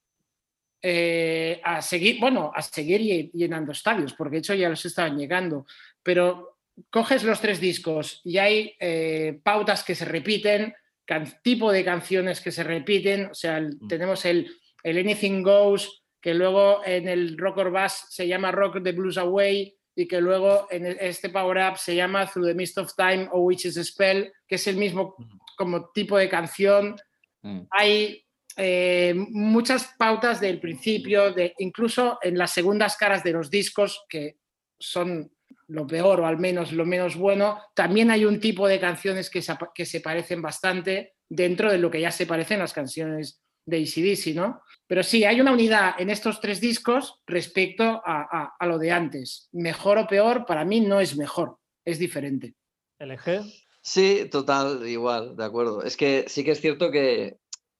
Speaker 5: eh, a seguir, bueno, a seguir llenando estadios, porque de hecho ya los estaban llegando. Pero coges los tres discos y hay eh, pautas que se repiten, tipo de canciones que se repiten, o sea, el, tenemos el, el Anything Goes, que luego en el Rock or Bust se llama Rock the Blues Away y que luego en este Power Up se llama Through the Mist of Time o Witch's Spell, que es el mismo como tipo de canción. Mm. Hay eh, muchas pautas del principio, de, incluso en las segundas caras de los discos, que son lo peor o al menos lo menos bueno, también hay un tipo de canciones que se, que se parecen bastante dentro de lo que ya se parecen las canciones de A C D C, ¿no? Pero sí, hay una unidad en estos tres discos respecto a, a, a lo de antes. Mejor o peor, para mí no es mejor, es diferente.
Speaker 1: ¿L G?
Speaker 4: Sí, total, igual, de acuerdo. Es que sí que es cierto que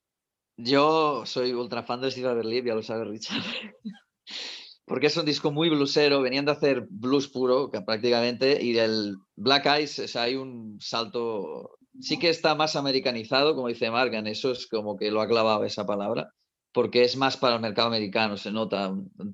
Speaker 4: yo soy ultra fan de Silver Leaf, ya lo sabe Richard. Porque es un disco muy bluesero, venían de hacer blues puro prácticamente, y el Black Eyes, o sea, hay un salto, sí que está más americanizado, como dice Margan, eso es como que lo ha clavado esa palabra, porque es más para el mercado americano, se nota.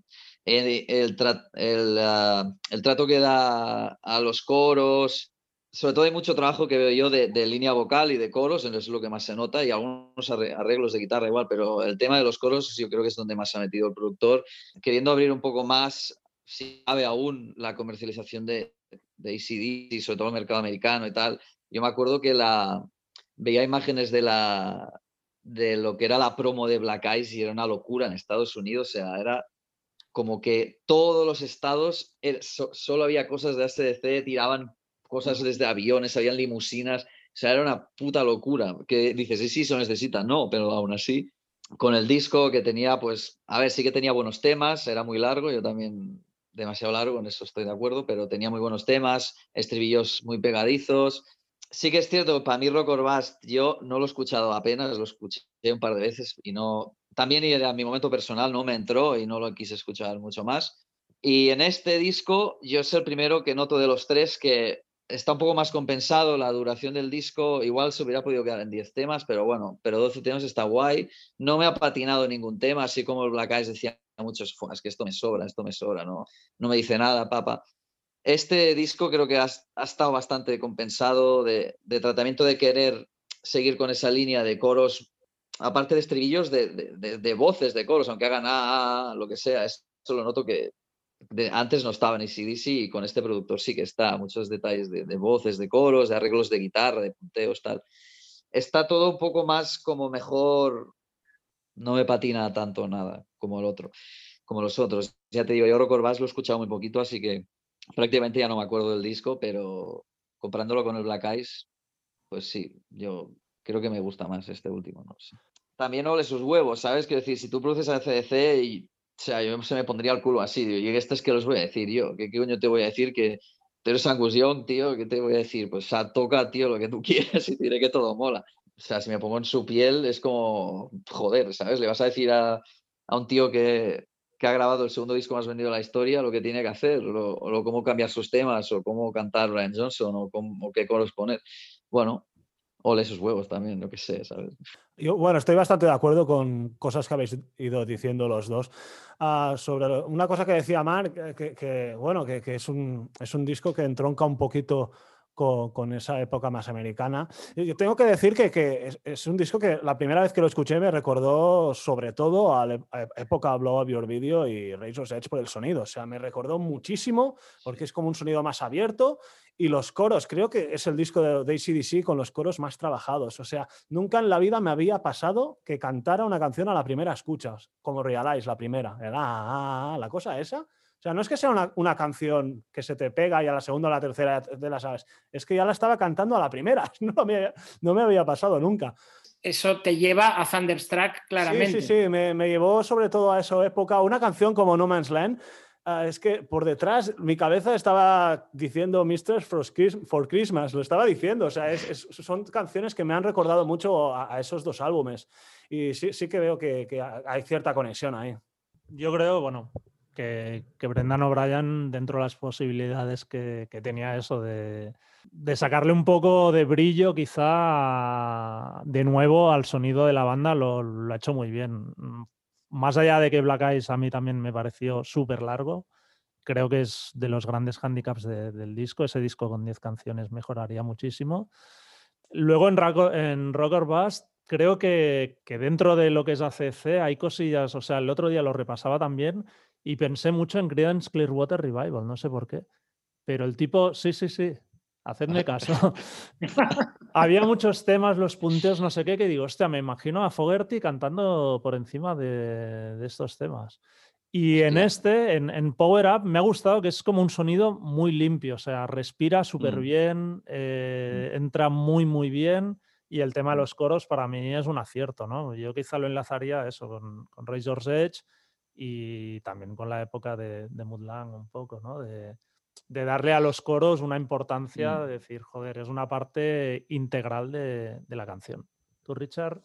Speaker 4: El, el, tra el, uh, el trato que da a los coros, sobre todo hay mucho trabajo que veo yo de, de línea vocal y de coros, es lo que más se nota, y algunos arreglos de guitarra igual, pero el tema de los coros yo creo que es donde más se ha metido el productor, queriendo abrir un poco más, si cabe aún, la comercialización de, de A C D C, sobre todo el mercado americano y tal. Yo me acuerdo que la, veía imágenes de, la, de lo que era la promo de Black Eyes y era una locura en Estados Unidos, o sea, era como que todos los estados, era, so, solo había cosas de A C D C, tiraban cosas desde aviones, habían limusinas, o sea, era una puta locura, que dices, sí, sí, eso necesita, no, pero aún así, con el disco que tenía, pues, a ver, sí que tenía buenos temas, era muy largo, yo también demasiado largo, en eso estoy de acuerdo, pero tenía muy buenos temas, estribillos muy pegadizos. Sí que es cierto, para mí Rock or Bust, yo no lo he escuchado apenas, lo escuché un par de veces y no, también era mi momento personal, no me entró y no lo quise escuchar mucho más. Y en este disco, yo soy el primero que noto de los tres que está un poco más compensado la duración del disco, igual se hubiera podido quedar en diez temas, pero bueno, pero doce temas está guay, no me ha patinado ningún tema, así como el Black Eyes decía muchos, es que esto me sobra, esto me sobra, no, no me dice nada, papa. Este disco creo que ha, ha estado bastante compensado de, de tratamiento de querer seguir con esa línea de coros, aparte de estribillos, de, de, de, de voces de coros, aunque hagan ah, ah, lo que sea, eso lo noto que de, antes no estaba en A C D C y con este productor sí que está, muchos detalles de, de voces, de coros, de arreglos de guitarra, de punteos, tal. Está todo un poco más como mejor, no me patina tanto nada como el otro, como los otros. Ya te digo, yo Rock or Bust lo he escuchado muy poquito, así que prácticamente ya no me acuerdo del disco, pero comparándolo con el Black Eyes, pues sí, yo creo que me gusta más este último, no sé. También ole sus huevos, ¿sabes? Quiero decir, si tú produces a C D C y, o sea, yo se me pondría el culo así, digo, y esto es que los voy a decir yo, ¿qué, qué coño te voy a decir? Que tú eres Angus Young, tío, ¿qué te voy a decir? Pues o sea, toca, tío, lo que tú quieras y diré que todo mola. O sea, si me pongo en su piel es como, joder, ¿sabes? Le vas a decir a, a un tío que, que ha grabado el segundo disco más vendido de la historia lo que tiene que hacer, o, o cómo cambiar sus temas, o cómo cantar Brian Johnson, o, cómo, o qué coros poner. Bueno, ole sus huevos también, lo que sé, ¿sabes?
Speaker 3: Yo, bueno, estoy bastante de acuerdo con cosas que habéis ido diciendo los dos. Uh, sobre una cosa que decía Marc, que, que, bueno, que, que es, un, es un disco que entronca un poquito con, con esa época más americana. Yo tengo que decir que, que es, es un disco que la primera vez que lo escuché me recordó sobre todo a la época Blow Up Your Video y Razor's Edge por el sonido. O sea, me recordó muchísimo porque es como un sonido más abierto. Y los coros, creo que es el disco de, de A C D C con los coros más trabajados. O sea, nunca en la vida me había pasado que cantara una canción a la primera escucha, como Realize, la primera. Era, ah, ah, la cosa esa. O sea, no es que sea una, una canción que se te pega y a la segunda o la tercera te la sabes, es que ya la estaba cantando a la primera, no me, no me había pasado nunca.
Speaker 5: Eso te lleva a Thunderstruck claramente.
Speaker 3: Sí, sí, sí, me, me llevó sobre todo a esa época. Una canción como No Man's Land, uh, es que por detrás mi cabeza estaba diciendo Mistress for Christmas, lo estaba diciendo. O sea, es, es, son canciones que me han recordado mucho a, a esos dos álbumes. Y sí, sí que veo que, que hay cierta conexión ahí.
Speaker 1: Yo creo, bueno, que, que Brendan O'Brien, dentro de las posibilidades que, que tenía eso de, de sacarle un poco de brillo, quizá de nuevo al sonido de la banda, lo, lo ha hecho muy bien. Más allá de que Black Eyes a mí también me pareció súper largo, creo que es de los grandes hándicaps de, del disco. Ese disco con diez canciones mejoraría muchísimo. Luego en, Rock, en Rock or Bust, creo que, que dentro de lo que es A C D C hay cosillas, o sea, el otro día lo repasaba también y pensé mucho en Creedence Clearwater Revival, no sé por qué, pero el tipo, sí, sí, sí, hacedme caso. Había muchos temas, los punteos, no sé qué, que digo, hostia, me imagino a Fogerty cantando por encima de, de estos temas. Y hostia. En este, en, en Power Up, me ha gustado que es como un sonido muy limpio, o sea, respira súper mm. bien, eh, mm. entra muy, muy bien. Y el tema de los coros para mí es un acierto, ¿no? Yo quizá lo enlazaría a eso con, con Razor's Edge y también con la época de, de Mutt-Lange un poco, ¿no? De, de darle a los coros una importancia, de decir, joder, es una parte integral de, de la canción. ¿Tú, Richard?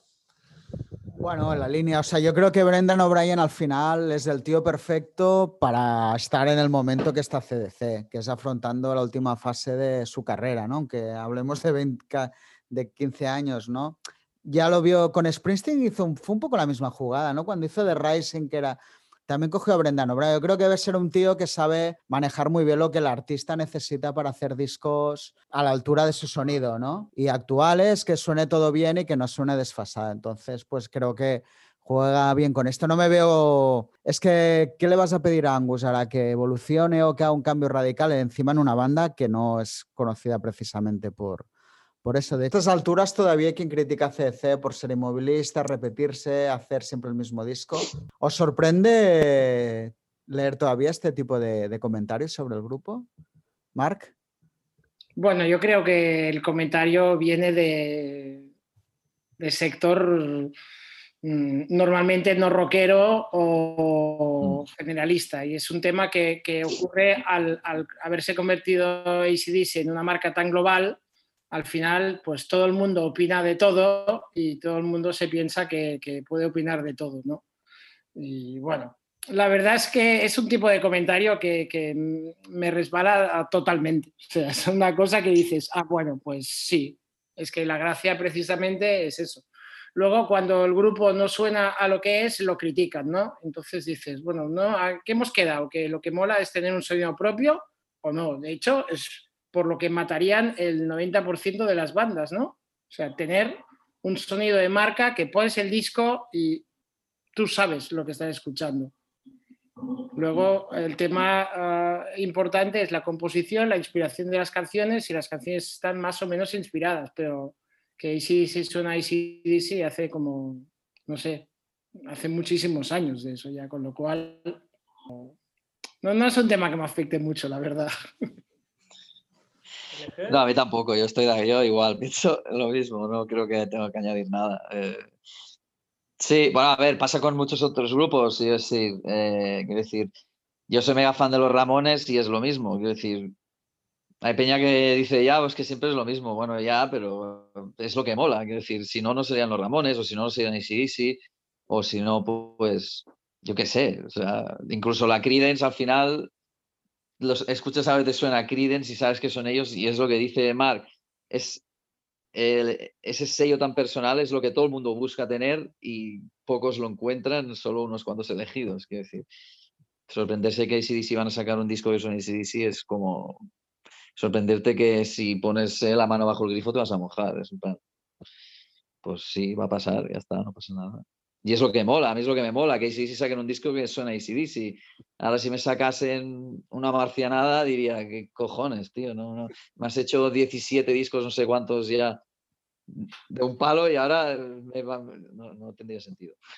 Speaker 2: Bueno, la línea, o sea, yo creo que Brendan O'Brien al final es el tío perfecto para estar en el momento que está C D C, que es afrontando la última fase de su carrera, ¿no? Aunque hablemos de, veinte, de quince años, ¿no? Ya lo vio con Springsteen, hizo un, fue un poco la misma jugada, ¿no? Cuando hizo The Rising, que era... También cogió a Brendan O'Brien. Yo creo que debe ser un tío que sabe manejar muy bien lo que el artista necesita para hacer discos a la altura de su sonido, ¿no? Y actuales, que suene todo bien y que no suene desfasado. Entonces, pues creo que juega bien con esto. No me veo... Es que, ¿qué le vas a pedir a Angus ahora? ¿Que evolucione o que haga un cambio radical encima en una banda que no es conocida precisamente por... Por eso, de estas alturas todavía hay quien critica a C D C por ser inmovilista, repetirse, hacer siempre el mismo disco. ¿Os sorprende leer todavía este tipo de, de comentarios sobre el grupo? ¿Marc?
Speaker 5: Bueno, yo creo que el comentario viene de, de sector mmm, normalmente no rockero o generalista, y es un tema que, que ocurre al, al haberse convertido A C D C en una marca tan global. Al final, pues todo el mundo opina de todo y todo el mundo se piensa que, que puede opinar de todo, ¿no? Y bueno, la verdad es que es un tipo de comentario que, que me resbala totalmente. O sea, es una cosa que dices, ah, bueno, pues sí, es que la gracia precisamente es eso. Luego, cuando el grupo no suena a lo que es, lo critican, ¿no? Entonces dices, bueno, ¿no? ¿A qué hemos quedado? ¿Que lo que mola es tener un sonido propio o no? De hecho, es por lo que matarían el noventa por ciento de las bandas, ¿no? O sea, tener un sonido de marca que pones el disco y tú sabes lo que estás escuchando. Luego, el tema uh, importante es la composición, la inspiración de las canciones, y las canciones están más o menos inspiradas, pero que A C D C suena a A C D C hace como, no sé, hace muchísimos años de eso ya, con lo cual no, no es un tema que me afecte mucho, la verdad.
Speaker 4: No, a mí tampoco, yo estoy de yo igual, pienso lo mismo, no creo que tenga que añadir nada. Eh, sí, bueno, a ver, pasa con muchos otros grupos, quiero decir, eh, quiero decir, yo soy mega fan de los Ramones y es lo mismo, quiero decir, hay peña que dice, ya, pues que siempre es lo mismo, bueno, ya, pero es lo que mola, quiero decir, si no, no serían los Ramones, o si no, no serían A C D C, o si no, pues, yo qué sé, o sea, incluso la Creedence al final... Los escuchas a veces suena Creedence y sabes que son ellos, y es lo que dice Marc, es el, ese sello tan personal es lo que todo el mundo busca tener y pocos lo encuentran, solo unos cuantos elegidos, quiero decir. Sorprenderse que A C D C van a sacar un disco que son A C D C es como sorprenderte que si pones la mano bajo el grifo te vas a mojar, es un plan. Pues sí, va a pasar, ya está, no pasa nada. Y es lo que mola, a mí es lo que me mola, que A C D C saquen un disco que suena A C D C. Ahora si me sacasen una marcianada diría, ¿qué cojones, tío? No, no. Me has hecho diecisiete discos, no sé cuántos ya, de un palo, y ahora me va... no, no tendría sentido.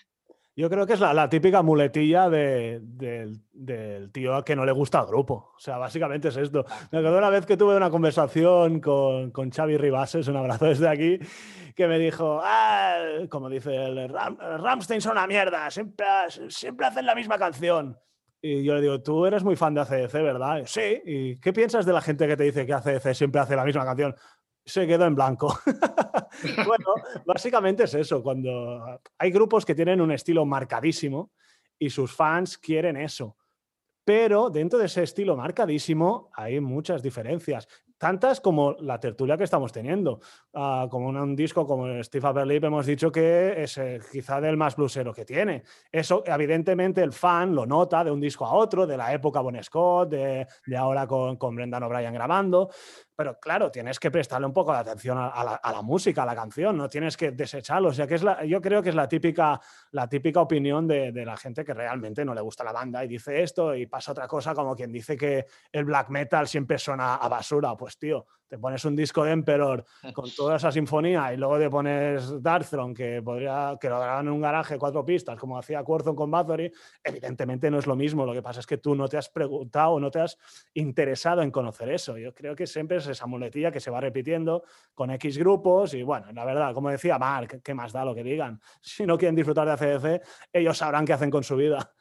Speaker 3: Yo creo que es la, la típica muletilla de, de, del tío que no le gusta el grupo. O sea, básicamente es esto. Me acuerdo una vez que tuve una conversación con, con Xavi Ribases, un abrazo desde aquí, que me dijo, ah, como dice el Ram, Rammstein son una mierda, siempre, siempre hacen la misma canción. Y yo le digo, tú eres muy fan de A C D C, ¿verdad? Sí. ¿Y qué piensas de la gente que te dice que A C D C siempre hace la misma canción? Se quedó en blanco. Bueno, básicamente es eso. Cuando hay grupos que tienen un estilo marcadísimo y sus fans quieren eso. Pero dentro de ese estilo marcadísimo hay muchas diferencias, tantas como la tertulia que estamos teniendo. Uh, como un, un disco como Steve Aberlip hemos dicho que es eh, quizá del más bluesero que tiene. Eso, evidentemente, el fan lo nota de un disco a otro, de la época Bon Scott, de, de ahora con, con Brendan O'Brien grabando. Pero claro, tienes que prestarle un poco de atención a, a, la, a la música, a la canción, no tienes que desecharlo. O sea, que es la, yo creo que es la típica, la típica opinión de, de la gente que realmente no le gusta la banda y dice esto y pasa otra cosa, como quien dice que el black metal siempre suena a basura. Pues tío, te pones un disco de Emperor con toda esa sinfonía y luego te pones Darkthrone, que, podría, que lo graban en un garaje, cuatro pistas, como hacía Curzon con Bathory, evidentemente no es lo mismo. Lo que pasa es que tú no te has preguntado o no te has interesado en conocer eso. Yo creo que siempre es esa muletilla que se va repitiendo con X grupos y bueno, la verdad, como decía Mark, ¿qué más da lo que digan? Si no quieren disfrutar de A C D C, ellos sabrán qué hacen con su vida.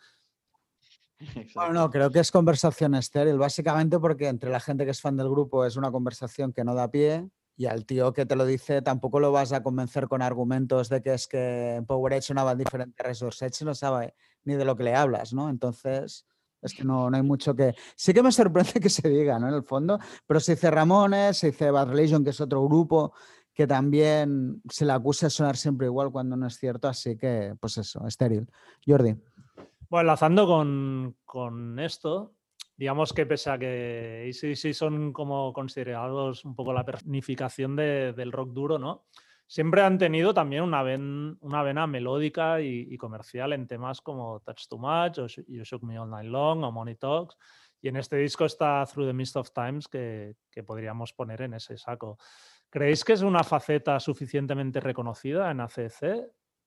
Speaker 2: Bueno, no, creo que es conversación estéril, básicamente porque entre la gente que es fan del grupo es una conversación que no da pie y al tío que te lo dice tampoco lo vas a convencer con argumentos de que es que en Power Edge sonaban diferente a Resource Edge, no sabe ni de lo que le hablas, ¿no? Entonces, es que no, no hay mucho que... Sí que me sorprende que se diga, ¿no? En el fondo, pero se dice Ramones, se dice Bad Religion, que es otro grupo que también se le acusa de sonar siempre igual cuando no es cierto, así que, pues eso, estéril. Jordi.
Speaker 1: Bueno, enlazando con, con esto, digamos que pese a que A C D C son como considerados un poco la personificación de, del rock duro, ¿no? Siempre han tenido también una, ven, una vena melódica y, y comercial en temas como Touch Too Much o You Shook Me All Night Long o Money Talks. Y en este disco está Through the Mist of Times que, que podríamos poner en ese saco. ¿Creéis que es una faceta suficientemente reconocida en A C D C?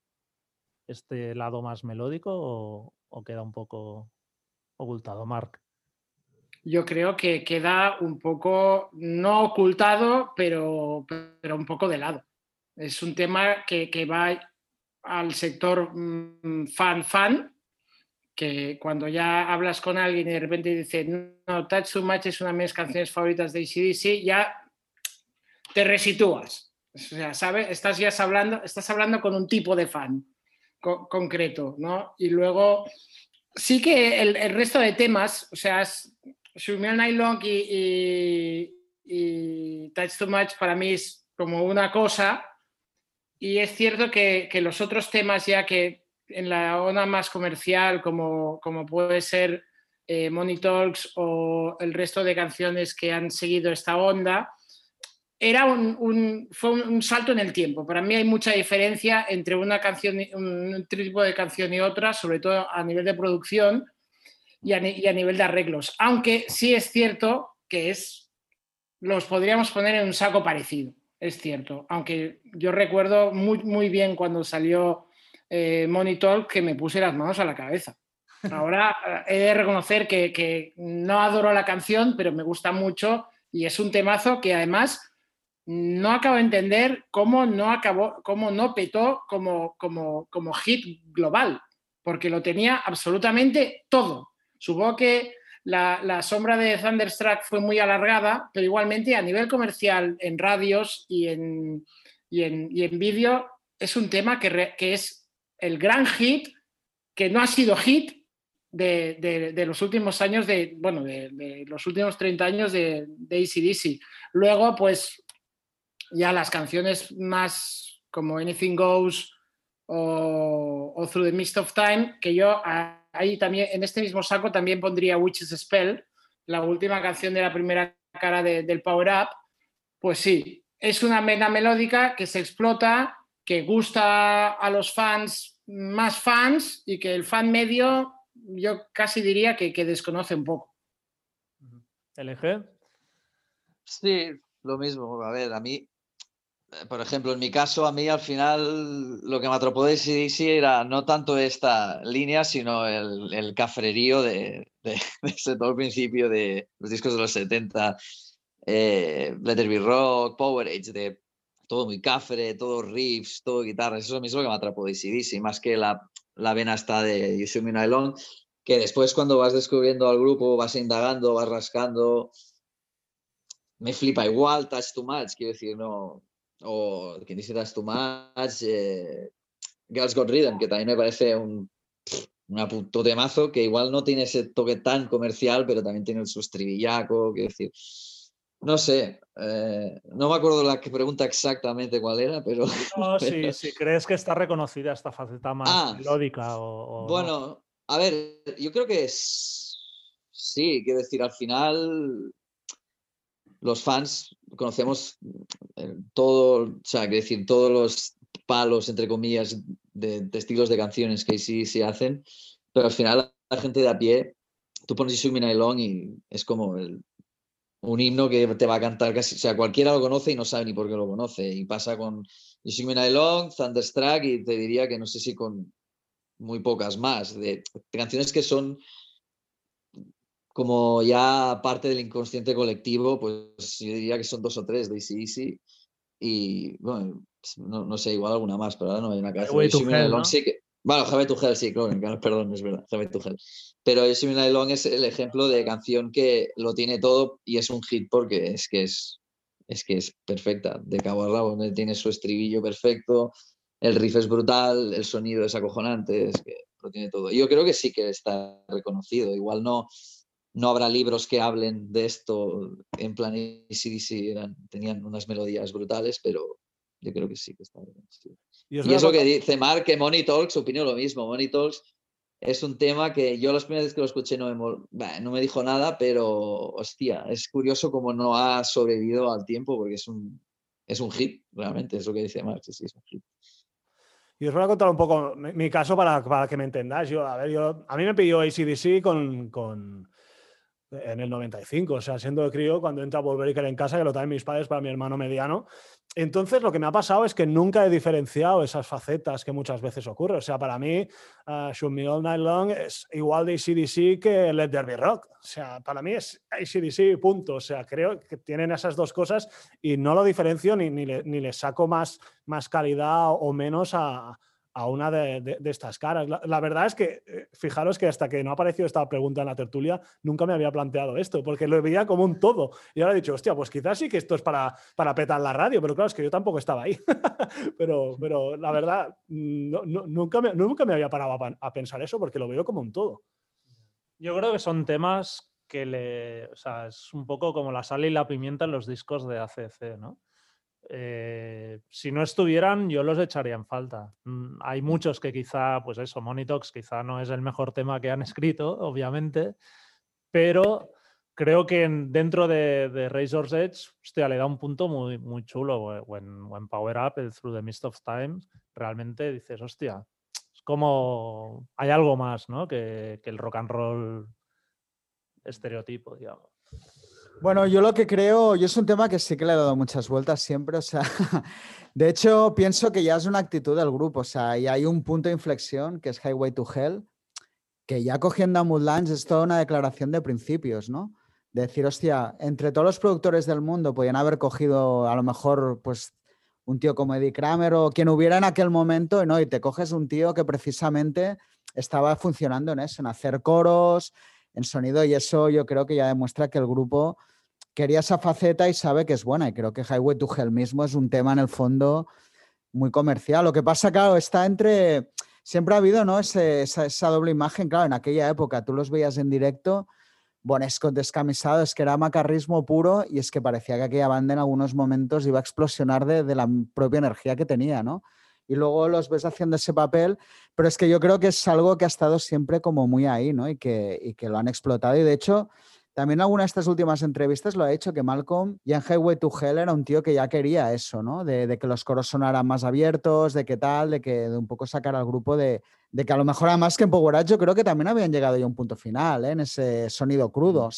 Speaker 1: ¿Este lado más melódico o, o queda un poco ocultado, Mark?
Speaker 5: Yo creo que queda un poco, no ocultado, pero, pero un poco de lado. Es un tema que, que va al sector fan-fan, que cuando ya hablas con alguien y de repente dice no, Touch Too Much es una de mis canciones favoritas de A C D C, ya te resitúas. O sea, ¿sabes? Estás ya hablando, estás hablando con un tipo de fan co- concreto, ¿no? Y luego sí que el, el resto de temas, o sea, Shook Me All Night Long y, y, y Touch Too Much para mí es como una cosa, y es cierto que, que los otros temas ya que en la onda más comercial, como, como puede ser eh, Money Talks o el resto de canciones que han seguido esta onda, era un, un, fue un, un salto en el tiempo. Para mí hay mucha diferencia entre una canción, un tipo de canción y otra, sobre todo a nivel de producción y a, y a nivel de arreglos. Aunque sí es cierto que es, los podríamos poner en un saco parecido, es cierto. Aunque yo recuerdo muy, muy bien cuando salió eh, Money Talk que me puse las manos a la cabeza. Ahora he de reconocer que, que no adoro la canción, pero me gusta mucho y es un temazo que además no acabo de entender cómo no acabó, cómo no petó como, como, como hit global, porque lo tenía absolutamente todo. Supongo que la, la sombra de Thunderstruck fue muy alargada, pero igualmente a nivel comercial, en radios y en, y en, y en vídeo, es un tema que, re, que es el gran hit, que no ha sido hit de, de, de los últimos años, de, bueno, de, de los últimos treinta años de, de A C D C. Luego, pues, ya las canciones más como Anything Goes o, o Through the Mist of Time, que yo ahí también, en este mismo saco también pondría Witch's Spell, la última canción de la primera cara de, del Power Up. Pues sí, es una mega melódica que se explota, que gusta a los fans más fans y que el fan medio yo casi diría que, que desconoce un poco.
Speaker 1: ¿L G?
Speaker 4: Sí, lo mismo. A ver, a mí por ejemplo, en mi caso, a mí al final lo que me atrapó de A C D C era no tanto esta línea, sino el, el cafrerío de, de, de ese todo el principio de los discos de los setenta, eh, Let There Be Rock, Powerage, de todo muy cafre, todo riffs, todo guitarras. Eso es lo que me atrapó de A C D C, más que la, la vena esta de You Shoot Me Nylon, que después cuando vas descubriendo al grupo, vas indagando, vas rascando, me flipa igual, Touch Too Much, quiero decir, no... O quien dice Touch Too Much, eh, Girls Got Rhythm, que también me parece un una puto temazo, que igual no tiene ese toque tan comercial, pero también tiene su estribillaco, quiero decir, no sé, eh, no me acuerdo la pregunta exactamente cuál era, pero...
Speaker 1: No,
Speaker 4: pero...
Speaker 1: Si, si crees que está reconocida esta faceta más
Speaker 4: ah,
Speaker 1: melódica o, o
Speaker 4: bueno,
Speaker 1: no.
Speaker 4: A ver, yo creo que es... sí, quiero decir, al final los fans conocemos todo, o sea, quiero decir, todos los palos, entre comillas, de, de estilos de canciones que sí se hacen, pero al final la gente de a pie, tú pones You Shoot Me Nylon y es como el, un himno que te va a cantar casi, o sea, cualquiera lo conoce y no sabe ni por qué lo conoce, y pasa con You Shoot Me Nylon, Thunderstruck, y te diría que no sé si con muy pocas más, de, de canciones que son como ya parte del inconsciente colectivo, pues yo diría que son dos o tres de A C D C. Y bueno, no, no sé, igual alguna más, pero ahora no hay una cabeza.
Speaker 1: Highway to Hell, ¿no?
Speaker 4: Sí que... Bueno, Highway to Hell, sí, claro, perdón, es verdad, Highway to Hell. Pero You Shoot Me Nylon es el ejemplo de canción que lo tiene todo y es un hit porque es que es, es que es perfecta, de cabo a rabo, tiene su estribillo perfecto, el riff es brutal, el sonido es acojonante, es que lo tiene todo. Yo creo que sí que está reconocido, igual no... No habrá libros que hablen de esto en plan A C D C, eran, tenían unas melodías brutales, pero yo creo que sí que está bien. Sí.
Speaker 3: Y, os
Speaker 4: Y
Speaker 3: voy a
Speaker 4: es lo que
Speaker 3: contar-
Speaker 4: dice Mark, que Money Talks opinó lo mismo. Money Talks es un tema que yo las primeras veces que lo escuché no me, mol- bah, no me dijo nada, pero hostia, es curioso cómo no ha sobrevivido al tiempo porque es un, es un hit, realmente, es lo que dice Mark, sí, sí, es un hit.
Speaker 3: Y os voy a contar un poco mi, mi caso para, para que me entendáis. Yo, a ver, yo, a mí me pilló A C D C con, con, en el noventa y cinco, o sea, siendo de crío, cuando entra Volver en casa, que lo traen mis padres para mi hermano mediano. Entonces, lo que me ha pasado es que nunca he diferenciado esas facetas que muchas veces ocurre. O sea, para mí, uh, Shoot Me All Night Long es igual de A C D C que Let There Be Rock. O sea, para mí es A C D C, punto. O sea, creo que tienen esas dos cosas y no lo diferencio ni, ni, le, ni le saco más, más calidad o menos a, a una de, de, de estas caras. La, la verdad es que, eh, fijaros que hasta que no apareció esta pregunta en la tertulia, nunca me había planteado esto, porque lo veía como un todo. Y ahora he dicho, hostia, pues quizás sí que esto es para, para petar la radio, pero claro, es que yo tampoco estaba ahí. pero, pero la verdad, no, no, nunca, me, nunca me había parado a, a pensar eso, porque lo veo como un todo.
Speaker 1: Yo creo que son temas que le... O sea, es un poco como la sal y la pimienta en los discos de A C D C, ¿no? Eh, si no estuvieran, yo los echaría en falta. Mm, hay muchos que quizá, pues eso, Money Talks quizá no es el mejor tema que han escrito, obviamente, pero creo que en, dentro de, de Razor's Edge, hostia, le da un punto muy, muy chulo. O en, o en Power Up, el Through the Mist of Time, realmente dices, hostia, es como... Hay algo más, ¿no? Que, que el rock and roll estereotipo, digamos.
Speaker 2: Bueno, yo lo que creo, yo es un tema que sí que le he dado muchas vueltas siempre, o sea, de hecho pienso que ya es una actitud del grupo, o sea, y hay un punto de inflexión que es Highway to Hell, que ya cogiendo a Moodlands es toda una declaración de principios, ¿no? De decir, hostia, entre todos los productores del mundo podían haber cogido a lo mejor pues un tío como Eddie Kramer o quien hubiera en aquel momento, ¿no? Y te coges un tío que precisamente estaba funcionando en eso, en hacer coros, en sonido, y eso yo creo que ya demuestra que el grupo quería esa faceta y sabe que es buena, y creo que Highway to Hell mismo es un tema en el fondo muy comercial. Lo que pasa, claro, está entre... Siempre ha habido, ¿no? Ese, esa, esa doble imagen, claro, en aquella época tú los veías en directo, Bonescos descamisado, es que era macarrismo puro y es que parecía que aquella banda en algunos momentos iba a explosionar de, de la propia energía que tenía, ¿no? Y luego los ves haciendo ese papel, pero es que yo creo que es algo que ha estado siempre como muy ahí, ¿no? Y que, y que lo han explotado. Y de hecho, también en alguna de estas últimas entrevistas lo ha dicho que Malcolm ya en Highway to Hell era un tío que ya quería eso, ¿no? De, de que los coros sonaran más abiertos, de que tal, de que de un poco sacar al grupo de, de que a lo mejor además que en Power Up yo creo que también habían llegado ya a un punto final, ¿eh? En ese sonido crudo. O sea,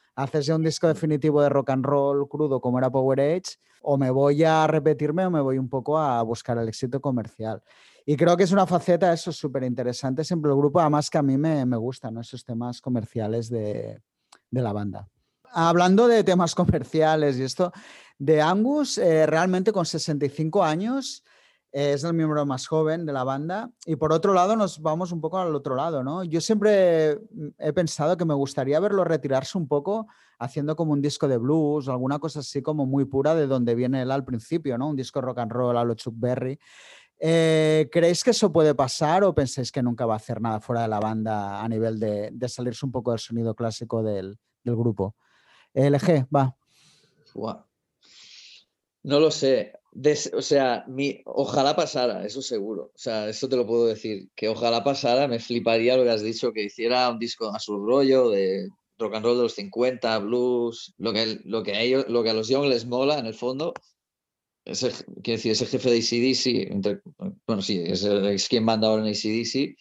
Speaker 2: haces ya un disco definitivo de rock and roll crudo como era Power Age, o me voy a repetirme o me voy un poco a buscar el éxito comercial. Y creo que es una faceta, eso, súper interesante siempre el grupo, además que a mí me, me gustan, ¿no?, esos temas comerciales de, de la banda. Hablando de temas comerciales y esto, de Angus, eh, realmente con sesenta y cinco años, eh, es el miembro más joven de la banda. Y por otro lado, nos vamos un poco al otro lado, ¿no? Yo siempre he pensado que me gustaría verlo retirarse un poco haciendo como un disco de blues o alguna cosa así como muy pura de donde viene él al principio, ¿no? Un disco rock and roll a lo Chuck Berry. Eh, ¿Creéis que eso puede pasar o pensáis que nunca va a hacer nada fuera de la banda a nivel de, de salirse un poco del sonido clásico del, del grupo? L G, va.
Speaker 4: Wow. No lo sé. Des, o sea, mi, ojalá pasara, eso seguro. O sea, eso te lo puedo decir. Que ojalá pasara, me fliparía lo que has didicho, que hiciera un disco a su rollo de rock and roll de los cincuenta, blues, lo que, lo que, a, ellos, lo que a los Young les mola en el fondo. Ese, quiero decir, ese jefe de A C D C, entre, bueno, sí, es, es quien manda ahora en A C D C,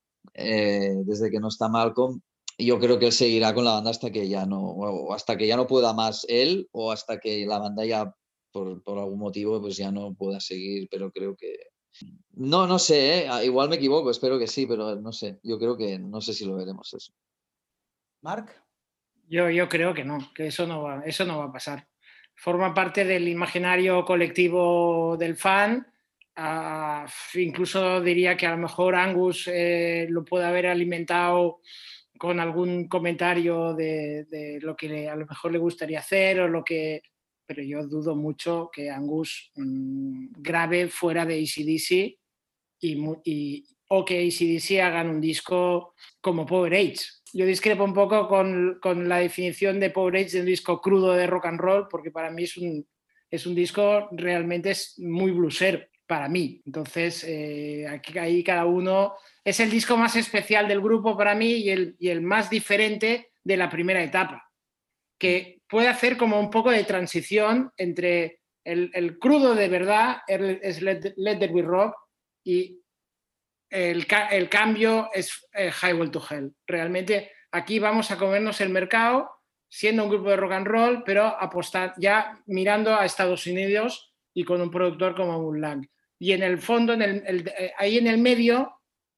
Speaker 4: eh, desde que no está Malcolm. Y yo creo que él seguirá con la banda hasta que ya no, o hasta que ya no pueda más él, o hasta que la banda ya, por, por algún motivo, pues ya no pueda seguir, pero creo que... No, no sé, ¿eh? Igual me equivoco, espero que sí, pero no sé, yo creo que no sé si lo veremos eso.
Speaker 2: ¿Marc?
Speaker 5: Yo, yo creo que no, que eso no va, eso no va a pasar. Forma parte del imaginario colectivo del fan. Uh, incluso diría que a lo mejor Angus eh, lo puede haber alimentado con algún comentario de, de lo que le, a lo mejor le gustaría hacer o lo que... Pero yo dudo mucho que Angus mmm, grabe fuera de A C D C y, y, o que A C D C hagan un disco como Power Age. Yo discrepo un poco con, con la definición de Power Age de un disco crudo de rock and roll, porque para mí es un, es un disco realmente es muy bluesero, para mí. Entonces, eh, aquí, ahí cada uno... Es el disco más especial del grupo para mí y el, y el más diferente de la primera etapa, que puede hacer como un poco de transición entre el, el crudo de verdad, es Let, Let There Be Rock, y el, el cambio es eh, Highway to Hell. Realmente aquí vamos a comernos el mercado siendo un grupo de rock and roll, pero apostar ya mirando a Estados Unidos y con un productor como Mutt Lange. Y en el fondo, en el, el, eh, ahí en el medio,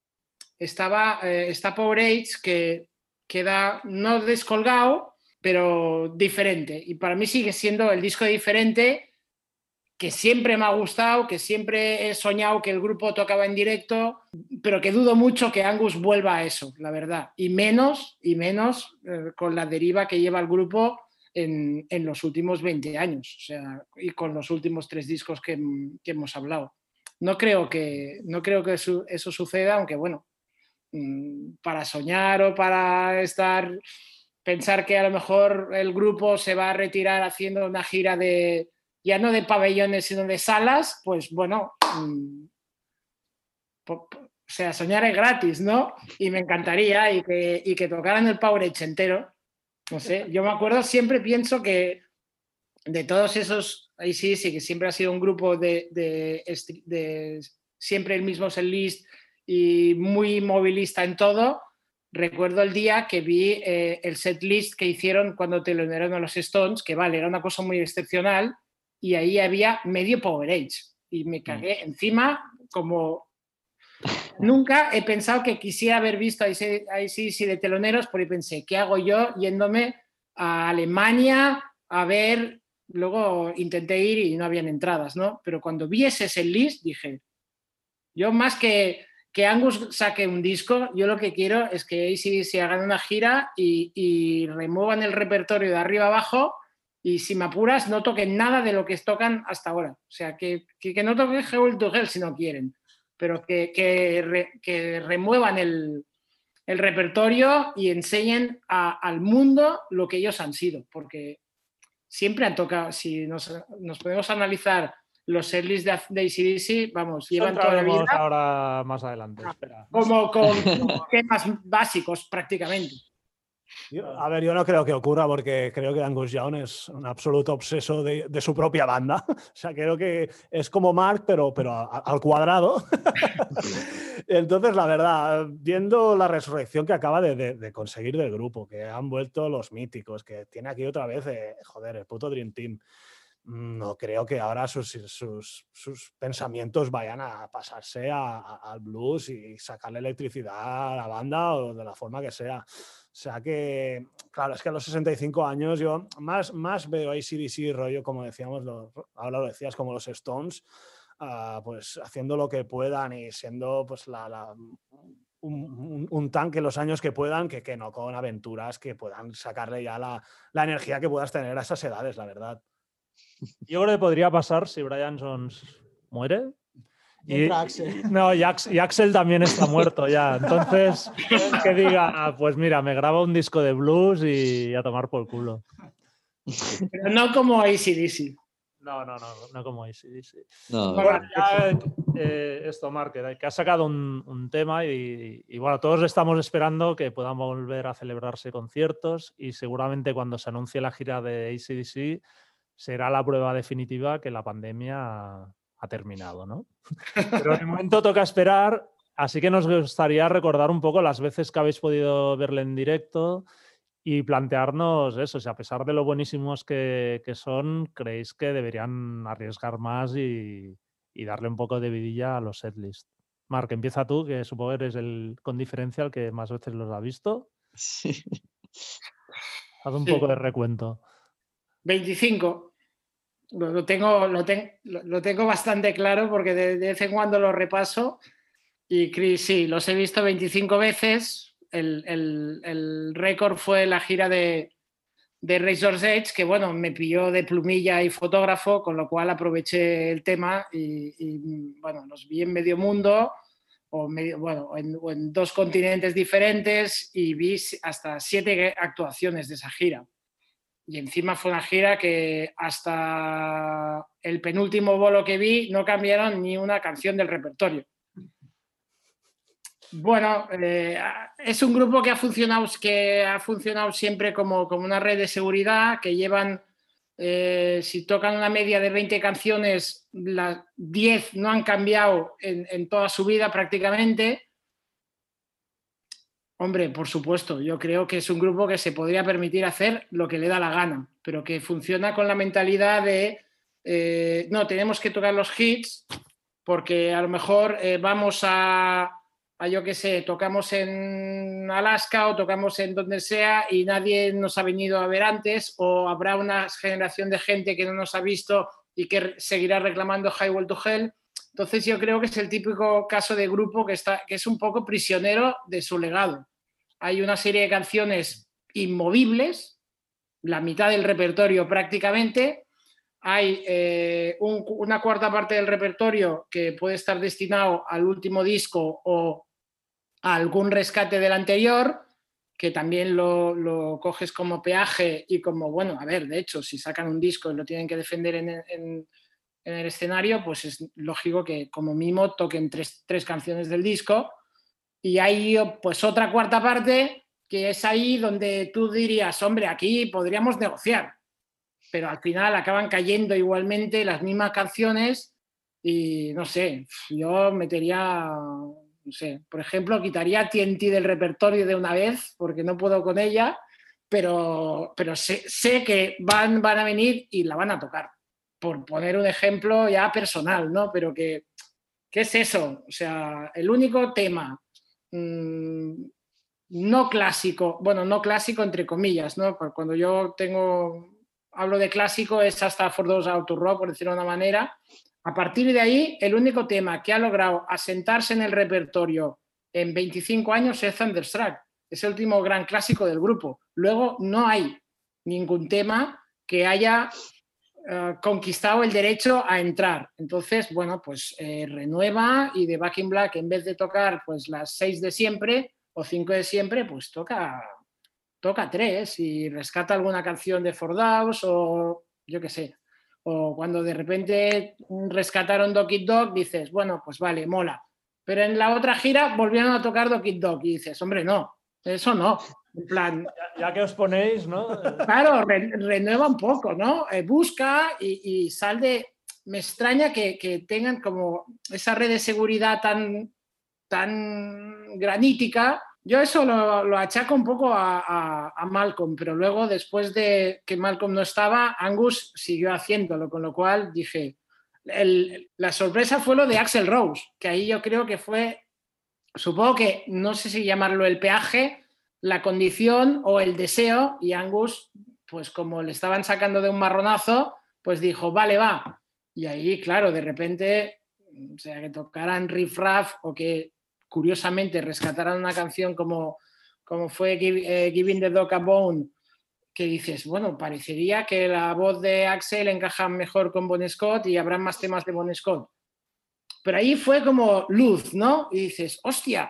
Speaker 5: estaba eh, está Power Age, que queda no descolgado, pero diferente. Y para mí sigue siendo el disco diferente, que siempre me ha gustado, que siempre he soñado que el grupo tocaba en directo, pero que dudo mucho que Angus vuelva a eso, la verdad. Y menos, y menos eh, con la deriva que lleva el grupo en, en los últimos veinte años, o sea, y con los últimos tres discos que, que hemos hablado. No creo que, no creo que eso, eso suceda, aunque bueno, para soñar o para estar, pensar que a lo mejor el grupo se va a retirar haciendo una gira de, ya no de pabellones sino de salas, pues bueno, mmm, o sea, soñar es gratis, ¿no? Y me encantaría y que, y que tocaran el Power Age entero, no sé, yo me acuerdo, siempre pienso que de todos esos, ahí sí, sí, que siempre ha sido un grupo de, de, de, de siempre el mismo setlist y muy movilista en todo. Recuerdo el día que vi eh, el setlist que hicieron cuando telonearon a los Stones, que vale, era una cosa muy excepcional, y ahí había medio Power Age. Y me cagué mm. encima, como nunca he pensado que quisiera haber visto ahí sí, sí de teloneros, porque pensé, ¿qué hago yo yéndome a Alemania a ver? Luego intenté ir y no habían entradas, ¿no? Pero cuando vi ese setlist dije, yo más que que Angus saque un disco, yo lo que quiero es que A C D C hagan una gira y, y remuevan el repertorio de arriba abajo y, si me apuras, no toquen nada de lo que tocan hasta ahora. O sea, que, que, que no toquen Highway to Hell si no quieren, pero que, que, re, que remuevan el, el repertorio y enseñen a, al mundo lo que ellos han sido, porque siempre han tocado, si nos, nos podemos analizar los setlists de, de A C D C, vamos,
Speaker 1: Eso
Speaker 5: llevan toda la vida
Speaker 1: ahora más adelante, espera.
Speaker 5: Como con temas básicos prácticamente.
Speaker 3: Yo, a ver, yo no creo que ocurra porque creo que Angus Young es un absoluto obseso de, de su propia banda. O sea, creo que es como Mark, pero, pero a, a, al cuadrado. Entonces, la verdad, viendo la resurrección que acaba de, de, de conseguir del grupo, que han vuelto los míticos, que tiene aquí otra vez, eh, joder, el puto Dream Team, no creo que ahora sus, sus, sus pensamientos vayan a pasarse a, a, al blues y sacarle electricidad a la banda o de la forma que sea. O sea que, claro, es que a los sesenta y cinco años yo más, más veo a A C D C rollo, como decíamos, lo, ahora lo decías, como los Stones, uh, pues haciendo lo que puedan y siendo pues la, la, un, un, un tanque los años que puedan, que, que no con aventuras que puedan sacarle ya la, la energía que puedas tener a esas edades, la verdad.
Speaker 1: Yo creo que podría pasar si Brian Jones muere.
Speaker 2: Y,
Speaker 1: Axel. No, y Axel, y Axel también está muerto ya. Entonces, que diga, pues mira, me graba un disco de blues y a tomar por culo.
Speaker 5: Pero no como A C D C.
Speaker 1: No, no, no, no como A C D C.
Speaker 4: No,
Speaker 1: bueno, ya, eh, esto, Mark, que ha sacado un, un tema y, y bueno, todos estamos esperando que puedan volver a celebrarse conciertos y seguramente cuando se anuncie la gira de A C D C será la prueba definitiva que la pandemia ha terminado, ¿no? Pero de momento toca esperar, así que nos gustaría recordar un poco las veces que habéis podido verle en directo y plantearnos eso, si a pesar de lo buenísimos que, que son, creéis que deberían arriesgar más y, y darle un poco de vidilla a los setlists. Marc, empieza tú, que supongo que eres el con diferencia el que más veces los ha visto.
Speaker 4: Sí.
Speaker 1: Haz un
Speaker 5: sí.
Speaker 1: poco de recuento.
Speaker 5: veinticinco. Lo, lo, tengo, lo, ten, lo, lo tengo bastante claro porque de, de vez en cuando lo repaso y Chris, sí, los he visto veinticinco veces. El, el, el récord fue la gira de, de Razor's Edge, que bueno, me pilló de plumilla y fotógrafo, con lo cual aproveché el tema y, y bueno, los vi en medio mundo o, medio, bueno, en, o en dos continentes diferentes y vi hasta siete actuaciones de esa gira. Y encima fue una gira que hasta el penúltimo bolo que vi no cambiaron ni una canción del repertorio. Bueno, eh, es un grupo que ha funcionado, que ha funcionado siempre como, como una red de seguridad, que llevan, eh, si tocan una media de veinte canciones, las diez no han cambiado en, en toda su vida prácticamente. Hombre, por supuesto, yo creo que es un grupo que se podría permitir hacer lo que le da la gana, pero que funciona con la mentalidad de eh, no, tenemos que tocar los hits porque a lo mejor eh, vamos a, a, yo qué sé, tocamos en Alaska o tocamos en donde sea y nadie nos ha venido a ver antes o habrá una generación de gente que no nos ha visto y que seguirá reclamando Highway to Hell. Entonces yo creo que es el típico caso de grupo que, está, que es un poco prisionero de su legado. Hay una serie de canciones inmovibles, la mitad del repertorio prácticamente. Hay eh, un, una cuarta parte del repertorio que puede estar destinado al último disco o a algún rescate del anterior, que también lo, lo coges como peaje y como, bueno, a ver, de hecho, si sacan un disco y lo tienen que defender en, en, en el escenario, pues es lógico que como mínimo toquen tres, tres canciones del disco. Y hay pues otra cuarta parte que es ahí donde tú dirías, hombre, aquí podríamos negociar, pero al final acaban cayendo igualmente las mismas canciones y no sé, yo metería, no sé, por ejemplo, quitaría T N T del repertorio de una vez porque no puedo con ella, pero, pero sé, sé que van, van a venir y la van a tocar, por poner un ejemplo ya personal, ¿no? Pero que, ¿qué es eso? O sea, el único tema no clásico, bueno, no clásico entre comillas, ¿no? Porque cuando yo tengo, hablo de clásico es hasta For Those Out to Rock, por decirlo de una manera. A partir de ahí, el único tema que ha logrado asentarse en el repertorio en veinticinco años es Thunderstruck. Es el último gran clásico del grupo. Luego no hay ningún tema que haya uh, conquistado el derecho a entrar. Entonces, bueno, pues eh, renueva y de Back in Black, en vez de tocar pues las seis de siempre o cinco de siempre, pues toca, toca tres y rescata alguna canción de For Those o yo qué sé. O cuando de repente rescataron Dog Eat Dog, dices, bueno, pues vale, mola. Pero en la otra gira volvieron a tocar Dog Eat Dog y dices, hombre, no, eso no. En plan...
Speaker 3: Ya, ya que os ponéis, ¿no?
Speaker 5: Claro, re, renueva un poco, ¿no? Eh, busca y, y sal de... Me extraña que, que tengan como esa red de seguridad tan, tan granítica. Yo eso lo, lo achaco un poco a, a, a Malcolm, pero luego, después de que Malcolm no estaba, Angus siguió haciéndolo, con lo cual dije... El, la sorpresa fue lo de Axl Rose, que ahí yo creo que fue... Supongo que, no sé si llamarlo el peaje, la condición o el deseo, y Angus, pues como le estaban sacando de un marronazo, pues dijo, vale, va. Y ahí, claro, de repente, o sea, que tocaran Riff Raff o que curiosamente rescataran una canción como, como fue Give, eh, Giving the Dog a Bone, que dices, bueno, parecería que la voz de Axl encaja mejor con Bon Scott y habrá más temas de Bon Scott. Pero ahí fue como luz, ¿no? Y dices, hostia,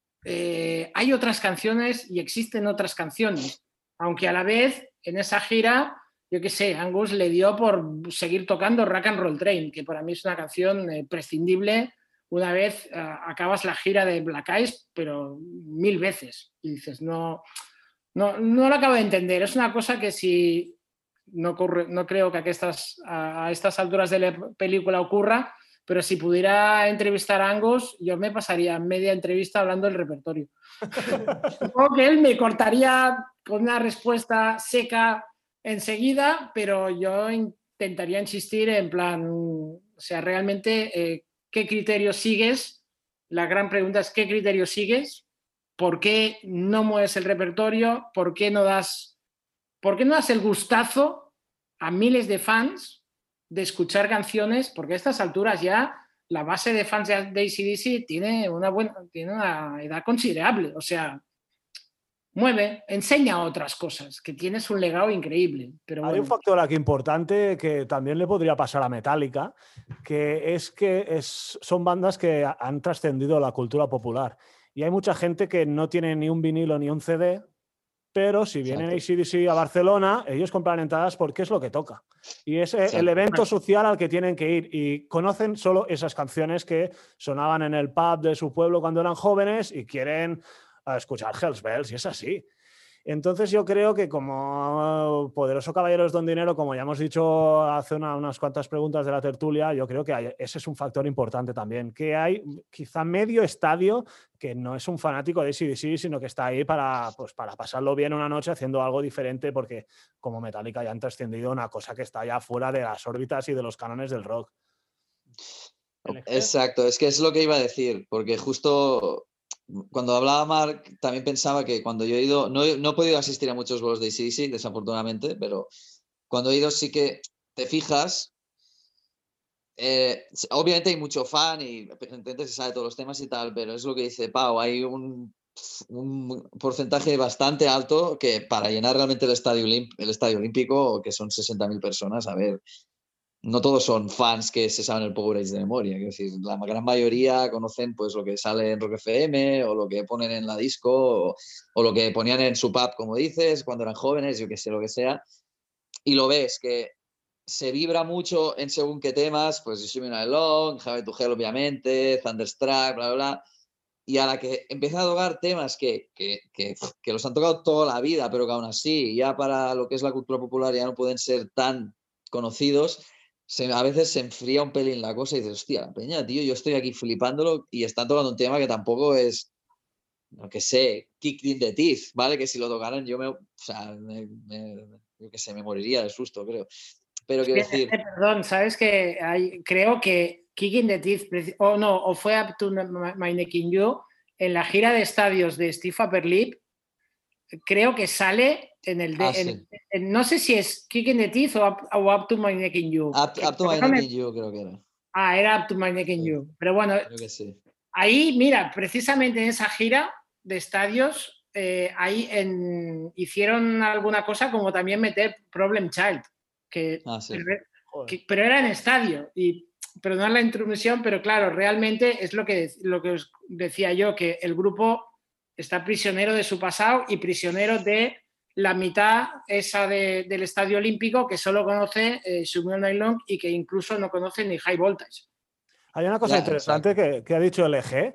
Speaker 5: eh, hay otras canciones y existen otras canciones. Aunque a la vez, en esa gira, yo qué sé, Angus le dio por seguir tocando Rock and Roll Train, que para mí es una canción eh, prescindible una vez uh, acabas la gira de Black Eyes, pero mil veces. Y dices, no, no, no lo acabo de entender. Es una cosa que si no, ocurre, no creo que a estas, a, a estas alturas de la película ocurra, pero si pudiera entrevistar a Angus, yo me pasaría media entrevista hablando del repertorio. Supongo que él me cortaría con una respuesta seca enseguida, pero yo intentaría insistir en plan, o sea, realmente, eh, ¿qué criterio sigues? La gran pregunta es, ¿qué criterio sigues? ¿Por qué no mueves el repertorio? ¿Por qué no das, por qué no das el gustazo a miles de fans de escuchar canciones? Porque a estas alturas ya la base de fans de A C D C tiene una, buena, tiene una edad considerable. O sea, mueve, enseña otras cosas, que tienes un legado increíble. Pero
Speaker 3: Hay
Speaker 5: bueno.
Speaker 3: un factor aquí importante que también le podría pasar a Metallica, que es que es, son bandas que han trascendido la cultura popular. Y hay mucha gente que no tiene ni un vinilo ni un C D, pero si vienen A C D C a Barcelona, ellos compran entradas porque es lo que toca. Y es Exacto. el evento social al que tienen que ir. Y conocen solo esas canciones que sonaban en el pub de su pueblo cuando eran jóvenes y quieren escuchar Hells Bells, y es así. Entonces yo creo que como poderoso caballeros don dinero, como ya hemos dicho hace una, unas cuantas preguntas de la tertulia, yo creo que hay, ese es un factor importante también, que hay quizá medio estadio que no es un fanático de A C D C, sino que está ahí para, pues, para pasarlo bien una noche haciendo algo diferente, porque como Metallica ya han trascendido una cosa que está ya fuera de las órbitas y de los cánones del rock.
Speaker 4: Exacto, es que es lo que iba a decir, porque justo... Cuando hablaba Mark, también pensaba que cuando yo he ido, no, no he podido asistir a muchos bolos de A C D C, desafortunadamente, pero cuando he ido sí que te fijas, eh, obviamente hay mucho fan y gente se sabe todos los temas y tal, pero es lo que dice Pau, hay un, un porcentaje bastante alto que para llenar realmente el estadio, el estadio olímpico, que son sesenta mil personas, a ver... No todos son fans que se saben el Power Age de memoria, es decir, la gran mayoría conocen pues lo que sale en Rock F M o lo que ponen en la disco o, o lo que ponían en su pub, como dices, cuando eran jóvenes, yo que sé, lo que sea. Y lo ves, que se vibra mucho en según qué temas, pues You See Me Not Alone, Highway to Hell, obviamente, Thunderstruck, bla, bla, bla. Y a la que empiezan a tocar temas que, que, que, que los han tocado toda la vida, pero que aún así, ya para lo que es la cultura popular, ya no pueden ser tan conocidos. Se, a veces se enfría un pelín la cosa y dices, hostia, la peña, tío, yo estoy aquí flipándolo y están tocando un tema que tampoco es, no que sé, Kick in the Teeth, ¿vale? Que si lo tocaran yo me, o sea, me, me, yo que sé, me moriría de susto, creo. Pero quiero decir...
Speaker 5: Perdón, ¿sabes que hay, creo que Kick in the Teeth, o no, o fue Up to My Neck in You, en la gira de estadios de Steve Upper Lip, creo que sale en el... De, ah, en, sí. en, no sé si es Kick in the Teeth o Up, o Up to My Neck in You.
Speaker 4: Up, up to My Neck in You creo que era.
Speaker 5: Ah, era Up to My Neck in sí. You. Pero bueno,
Speaker 4: creo que sí.
Speaker 5: Ahí, mira, precisamente en esa gira de estadios, eh, ahí en, hicieron alguna cosa como también meter Problem Child, que,
Speaker 4: ah, sí.
Speaker 5: pero, que, pero era en estadio. Y perdonad la intromisión, pero claro, realmente es lo que, lo que os decía yo, que el grupo está prisionero de su pasado y prisionero de la mitad esa de, del Estadio Olímpico que solo conoce eh, Subliminal Night Long y que incluso no conoce ni High Voltage.
Speaker 3: Hay una cosa ya, interesante que, que ha dicho L G,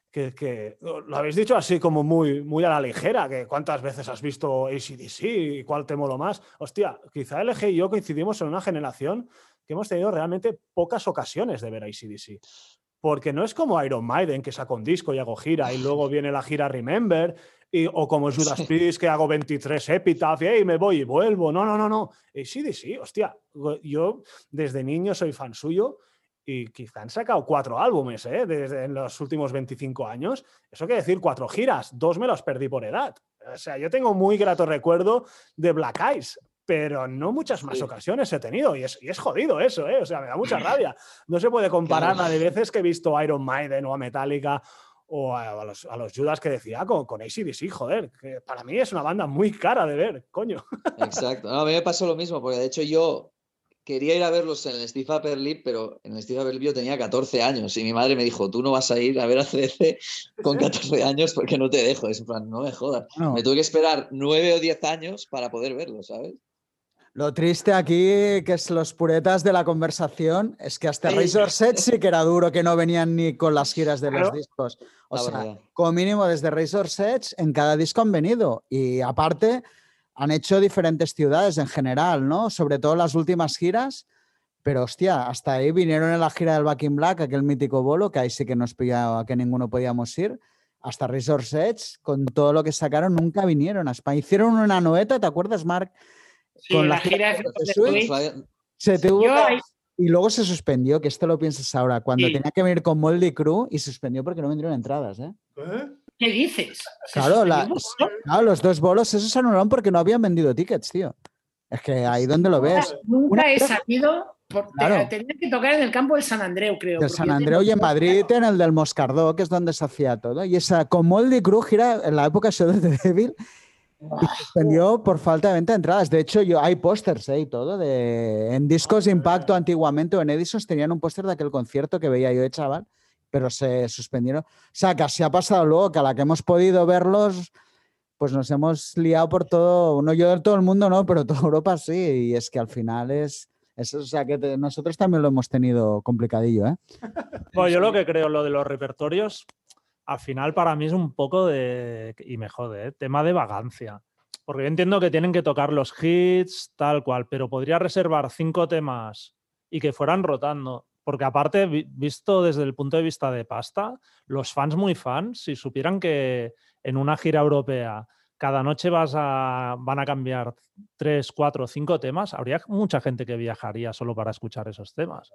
Speaker 3: que, que lo habéis dicho así como muy, muy a la ligera, que cuántas veces has visto A C D C y cuál te moló más. Hostia, quizá L G y yo coincidimos en una generación que hemos tenido realmente pocas ocasiones de ver A C D C. Porque no es como Iron Maiden, que saco un disco y hago gira, y luego viene la gira Remember, y, o como Judas Priest, que hago veintitrés Epitaph, y me voy y vuelvo. No, no, no, no. A C D C, hostia, yo desde niño soy fan suyo, y quizá han sacado cuatro álbumes ¿eh? Desde en los últimos veinticinco años. Eso quiere decir cuatro giras. Dos me los perdí por edad. O sea, yo tengo muy grato recuerdo de Black Eyes, pero no muchas más sí. ocasiones he tenido. Y es, y es jodido eso, ¿eh? O sea, me da mucha rabia. No se puede comparar claro. la de veces que he visto a Iron Maiden o a Metallica o a, a, los, a los Judas que decía con, con A C D C, joder. Que para mí es una banda muy cara de ver, coño.
Speaker 4: Exacto. No, a mí me pasó lo mismo, porque de hecho yo quería ir a verlos en el Steve Upper Lip, pero en el Steve Upper Lip yo tenía catorce años y mi madre me dijo, tú no vas a ir a ver a C D C con catorce años porque no te dejo. Es en plan, no me jodas. No. Me tuve que esperar nueve o diez años para poder verlo, ¿sabes?
Speaker 2: Lo triste aquí, que es los puretas de la conversación, es que hasta Razor's Edge sí que era duro, que no venían ni con las giras de los discos. O la sea, verdad. Como mínimo desde Razor's Edge en cada disco han venido y aparte han hecho diferentes ciudades en general, ¿no? Sobre todo las últimas giras, pero hostia, hasta ahí vinieron en la gira del Back in Black, aquel mítico bolo, que ahí sí que nos pillaba, que ninguno podíamos ir, hasta Razor's Edge, con todo lo que sacaron, nunca vinieron a España. Hicieron una noeta, ¿te acuerdas, Marc?
Speaker 5: Sí, con la, la gira de, de Switch.
Speaker 2: Se tuvo que... Y luego se suspendió, que esto lo piensas ahora, cuando sí. tenía que venir con Motley Crue y se suspendió porque no vendieron entradas, ¿eh?
Speaker 5: ¿Eh? ¿Qué dices?
Speaker 2: Claro, la, claro, los dos bolos esos se anularon porque no habían vendido tickets, tío. Es que ahí donde lo ves.
Speaker 5: Nunca Una... he sabido... Por... Claro. Tenía que tocar en el campo del San Andreu, creo.
Speaker 2: Del San Andreu y en Madrid, en el del Moscardó, que es donde se hacía todo. Y esa, con Motley Crue gira en la época Show de The Devil y suspendió por falta de venta de entradas. De hecho, yo, hay pósters ¿eh? y todo. De, en Discos Impacto antiguamente o en Edison tenían un póster de aquel concierto que veía yo de chaval, pero se suspendieron. O sea, que así ha pasado luego, que a la que hemos podido verlos, pues nos hemos liado por todo. No yo de todo el mundo, no, pero toda Europa sí. Y es que al final es... es o sea, que te, nosotros también lo hemos tenido complicadillo, ¿eh?
Speaker 1: Bueno, yo lo que creo, lo de los repertorios... Al final para mí es un poco de, y me jode, ¿eh? Tema de vagancia. Porque yo entiendo que tienen que tocar los hits, tal cual, pero podría reservar cinco temas y que fueran rotando. Porque aparte, visto desde el punto de vista de pasta, los fans muy fans, si supieran que en una gira europea cada noche vas a, van a cambiar tres, cuatro, cinco temas, habría mucha gente que viajaría solo para escuchar esos temas.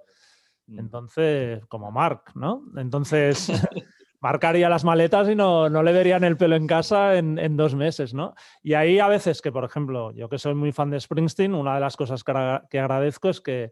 Speaker 1: Entonces, como Marc, ¿no? Entonces... marcaría las maletas y no, no le verían el pelo en casa en, en dos meses, ¿no? Y ahí a veces que, por ejemplo, yo que soy muy fan de Springsteen, una de las cosas que, agra- que agradezco es que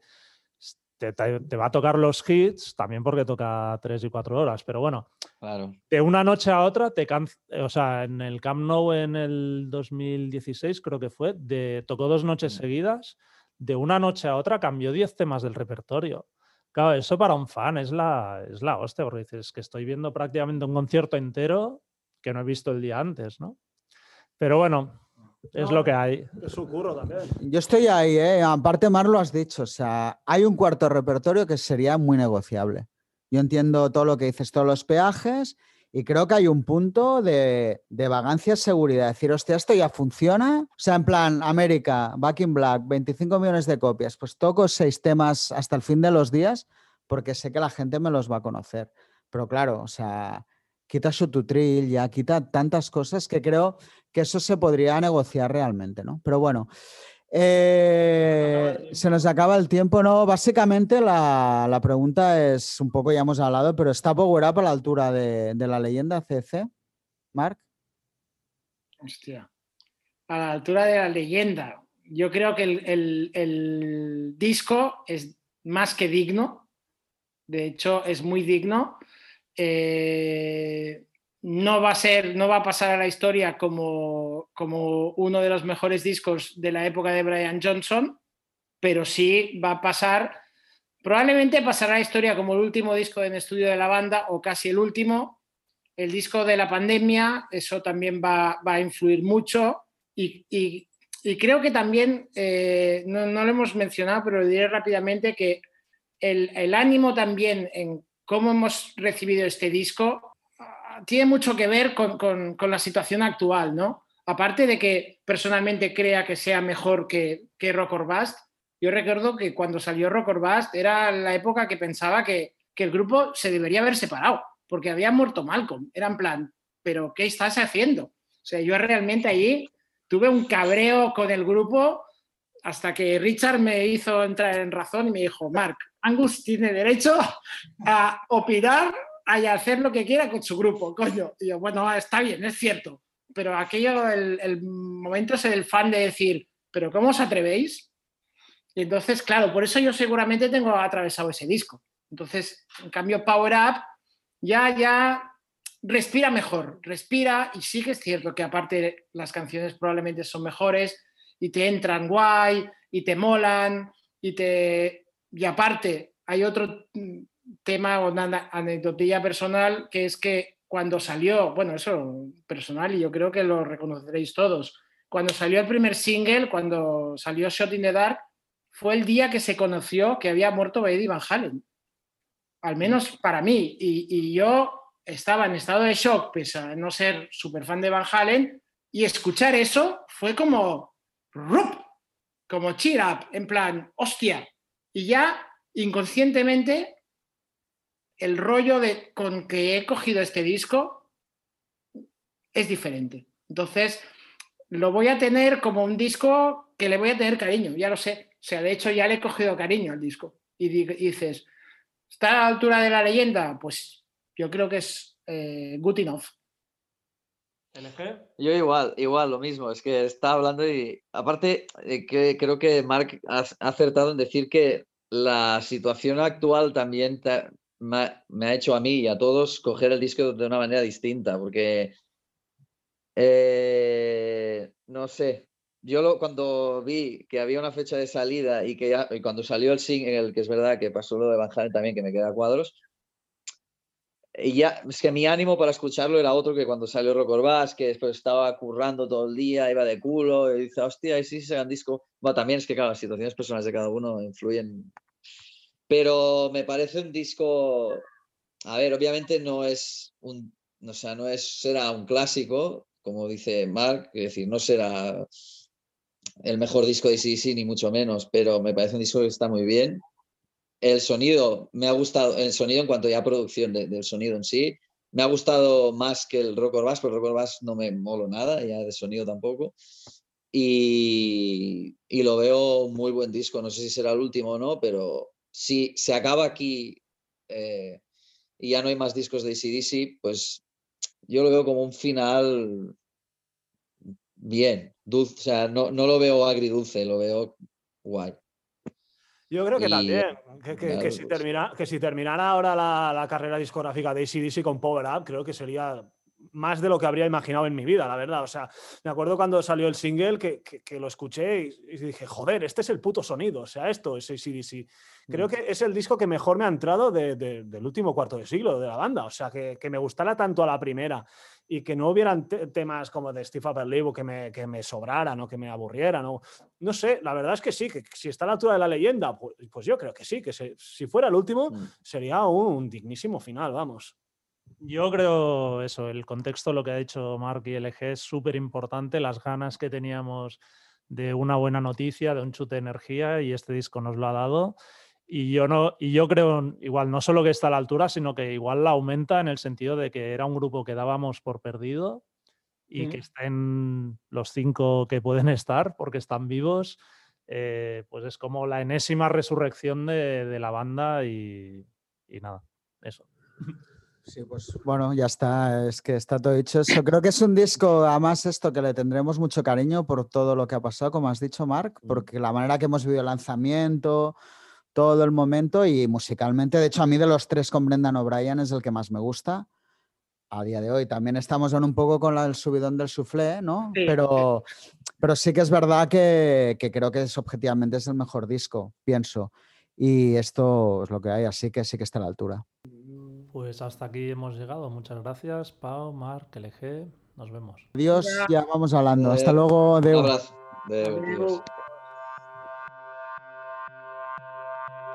Speaker 1: te, te, te va a tocar los hits, también porque toca tres y cuatro horas, pero bueno,
Speaker 4: claro.
Speaker 1: De una noche a otra te can... o sea, en el Camp Nou en el dos mil dieciséis creo que fue, de, tocó dos noches mm. seguidas, de una noche a otra cambió diez temas del repertorio. Claro, eso para un fan es la, es la hostia, porque dices que estoy viendo prácticamente un concierto entero que no he visto el día antes, ¿no? Pero bueno, es no, lo que hay.
Speaker 3: Es su curro también.
Speaker 2: Yo estoy ahí, ¿eh? Aparte, Mar lo has dicho, o sea, hay un cuarto repertorio que sería muy negociable. Yo entiendo todo lo que dices, todos los peajes, y creo que hay un punto de, de vagancia, seguridad. Decir, hostia, esto ya funciona. O sea, en plan, América, Back in Black, veinticinco millones de copias. Pues toco seis temas hasta el fin de los días porque sé que la gente me los va a conocer. Pero claro, o sea, quita su tutril, ya quita tantas cosas que creo que eso se podría negociar realmente, ¿no? Pero bueno, eh, se nos acaba el tiempo, ¿no? Básicamente la, la pregunta es, un poco ya hemos hablado, pero ¿está Power Up a la altura de, de la leyenda C C? ¿Marc?
Speaker 5: Hostia, a la altura de la leyenda. Yo creo que el, el, el disco es más que digno. De hecho, es muy digno. Eh, no va a ser, no va a pasar a la historia como, como uno de los mejores discos de la época de Brian Johnson, pero sí va a pasar, probablemente pasará a la historia como el último disco en estudio de la banda o casi el último. El disco de la pandemia, eso también va, va a influir mucho y, y, y creo que también, eh, no, no lo hemos mencionado, pero lo diré rápidamente, que el, el ánimo también en cómo hemos recibido este disco tiene mucho que ver con, con, con la situación actual, ¿no? Aparte de que personalmente crea que sea mejor que, que Rock or Bust, yo recuerdo que cuando salió Rock or Bust era la época que pensaba que, que el grupo se debería haber separado, porque había muerto Malcolm. Era en plan, ¿pero qué estás haciendo? O sea, yo realmente allí tuve un cabreo con el grupo hasta que Richard me hizo entrar en razón y me dijo, Mark, Angus tiene derecho a opinar y a hacer lo que quiera con su grupo, coño. Y yo, bueno, está bien, es cierto. Pero aquello, el, el momento es el fan de decir, ¿pero cómo os atrevéis? Y entonces, claro, por eso yo seguramente tengo atravesado ese disco. Entonces, en cambio, Power Up ya, ya respira mejor, respira, y sí que es cierto que aparte las canciones probablemente son mejores y te entran guay y te molan y te... Y aparte, hay otro tema o una anecdotilla personal que es que cuando salió, bueno, eso personal y yo creo que lo reconoceréis todos, cuando salió el primer single, cuando salió Shot in the Dark, fue el día que se conoció que había muerto Eddie Van Halen. Al menos para mí. Y, y yo estaba en estado de shock, pese a no ser súper fan de Van Halen, y escuchar eso fue como ¡rup! Como cheer up, en plan, hostia. Y ya inconscientemente el rollo de con que he cogido este disco es diferente. Entonces, lo voy a tener como un disco que le voy a tener cariño, ya lo sé. O sea, de hecho ya le he cogido cariño al disco. Y, di- y dices, ¿está a la altura de la leyenda? Pues yo creo que es eh, good enough.
Speaker 1: ¿L G?
Speaker 4: Yo igual, igual, lo mismo. Es que está hablando y aparte eh, que creo que Mark ha, ha acertado en decir que la situación actual también te- me, ha, me ha hecho a mí y a todos coger el disco de una manera distinta, porque eh, no sé, yo lo, cuando vi que había una fecha de salida y que ya, y cuando salió el single, que es verdad que pasó lo de Van Halen también, que me queda a cuadros, y ya, es que mi ánimo para escucharlo era otro que cuando salió Rock or Bust, que después estaba currando todo el día, iba de culo, y dice, hostia, y sí, se hagan disco. Bueno, también es que, claro, las situaciones personales de cada uno influyen. Pero me parece un disco, a ver, obviamente no es un, o sea, no es, será un clásico, como dice Mark, es decir, no será el mejor disco de A C D C, ni mucho menos, pero me parece un disco que está muy bien. El sonido, me ha gustado, el sonido en cuanto ya a producción de, del sonido en sí, me ha gustado más que el Rock or Bust, pero el Rock or Bust no me molo nada, ya de sonido tampoco. Y, y lo veo muy buen disco, no sé si será el último o no, pero si se acaba aquí eh, y ya no hay más discos de A C D C, pues yo lo veo como un final bien, dulce, o sea, no, no lo veo agridulce, lo veo guay.
Speaker 3: Yo creo que
Speaker 4: Y
Speaker 3: también, que, que, que, si, termina, que si terminara ahora la, la carrera discográfica de A C D C con Power Up, creo que sería más de lo que habría imaginado en mi vida, la verdad. O sea, me acuerdo cuando salió el single que, que, que lo escuché y, y dije, joder, este es el puto sonido, o sea, esto es A C D C. Creo que es el disco que mejor me ha entrado de, de, del último cuarto de siglo de la banda, o sea, que, que me gustara tanto a la primera y que no hubieran te temas como de Steve Upper Lip que me, que me sobraran o que me aburrieran. O, no sé, la verdad es que sí, que si está a la altura de la leyenda, pues, pues yo creo que sí, que se, si fuera el último
Speaker 4: mm.
Speaker 3: sería un, un dignísimo final, vamos.
Speaker 1: Yo creo eso, el contexto, lo que ha dicho Mark y L G es súper importante, las ganas que teníamos de una buena noticia, de un chute de energía, y este disco nos lo ha dado. Y yo, no, y yo creo, igual, no solo que está a la altura, sino que igual la aumenta en el sentido de que era un grupo que dábamos por perdido y mm. que estén los cinco que pueden estar porque están vivos, eh, pues es como la enésima resurrección de, de la banda y, y nada, eso.
Speaker 2: Sí, pues bueno, ya está, es que está todo dicho eso. Creo que es un disco, además esto, que le tendremos mucho cariño por todo lo que ha pasado, como has dicho, Mark, porque la manera que hemos vivido el lanzamiento, todo el momento y musicalmente, de hecho a mí de los tres con Brendan O'Brien es el que más me gusta a día de hoy. También estamos en un poco con la, el subidón del soufflé, ¿no? Sí. Pero, pero sí que es verdad que, que creo que es, objetivamente es el mejor disco, pienso. Y esto es lo que hay, así que sí que está a la altura.
Speaker 1: Pues hasta aquí hemos llegado. Muchas gracias, Pau, Marc, L G. Nos vemos.
Speaker 2: Adiós, ya vamos hablando. Hasta eh, luego. Adeu.
Speaker 4: Un abrazo. Adeu, tíos.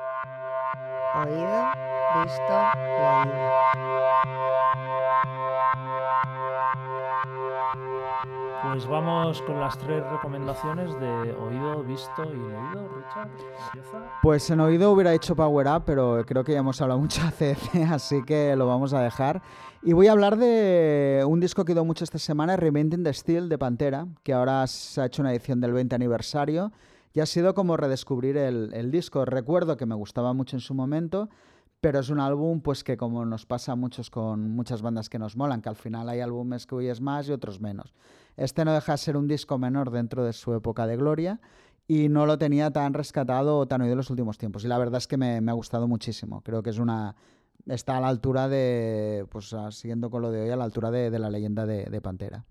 Speaker 6: Oído, visto, leído.
Speaker 1: Pues vamos con las tres recomendaciones de oído, visto y leído. Richard, empieza.
Speaker 2: Pues en oído hubiera hecho Power Up, pero creo que ya hemos hablado mucho de A C D C, así que lo vamos a dejar. Y voy a hablar de un disco que he ido mucho esta semana, Reinventing the Steel de Pantera, que ahora se ha hecho una edición del veinte aniversario y ha sido como redescubrir el, el disco. Recuerdo que me gustaba mucho en su momento, pero es un álbum pues que, como nos pasa a muchos con muchas bandas que nos molan, que al final hay álbumes que oyes más y otros menos. Este no deja de ser un disco menor dentro de su época de gloria y no lo tenía tan rescatado o tan oído en los últimos tiempos. Y la verdad es que me, me ha gustado muchísimo. Creo que es una... está a la altura de... pues siguiendo con lo de hoy, a la altura de, de la leyenda de, de Pantera.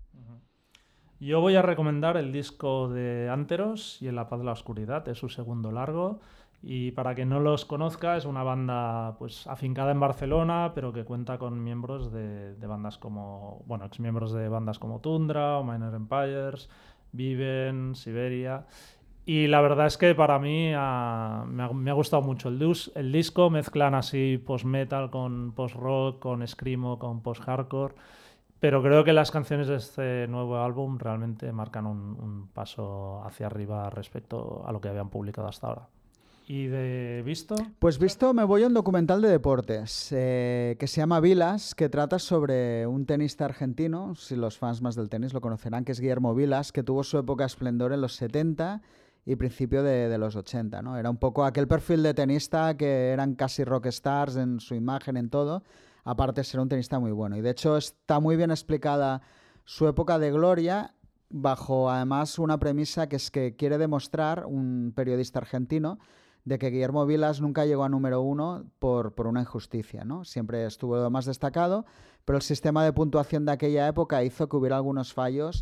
Speaker 1: Yo voy a recomendar el disco de Anteros y En la paz de la oscuridad, es su segundo largo. Y para quien no los conozca, es una banda pues afincada en Barcelona, pero que cuenta con miembros de, de bandas como, bueno, ex miembros de bandas como Tundra o Minor Empires, Viven, Siberia. Y la verdad es que para mí uh, me, ha, me ha gustado mucho el, dus, el disco. Mezclan así post-metal con post-rock, con screamo, con post-hardcore. Pero creo que las canciones de este nuevo álbum realmente marcan un, un paso hacia arriba respecto a lo que habían publicado hasta ahora. ¿Y de visto?
Speaker 2: Pues visto me voy a un documental de deportes eh, que se llama Vilas, que trata sobre un tenista argentino, si los fans más del tenis lo conocerán, que es Guillermo Vilas, que tuvo su época de esplendor en los setenta y principio de, de los ochenta, ¿no? Era un poco aquel perfil de tenista que eran casi rockstars en su imagen, en todo, aparte de ser un tenista muy bueno. Y de hecho está muy bien explicada su época de gloria, bajo además una premisa que es que quiere demostrar un periodista argentino de que Guillermo Vilas nunca llegó a número uno por, por una injusticia, ¿no? Siempre estuvo lo más destacado, pero el sistema de puntuación de aquella época hizo que hubiera algunos fallos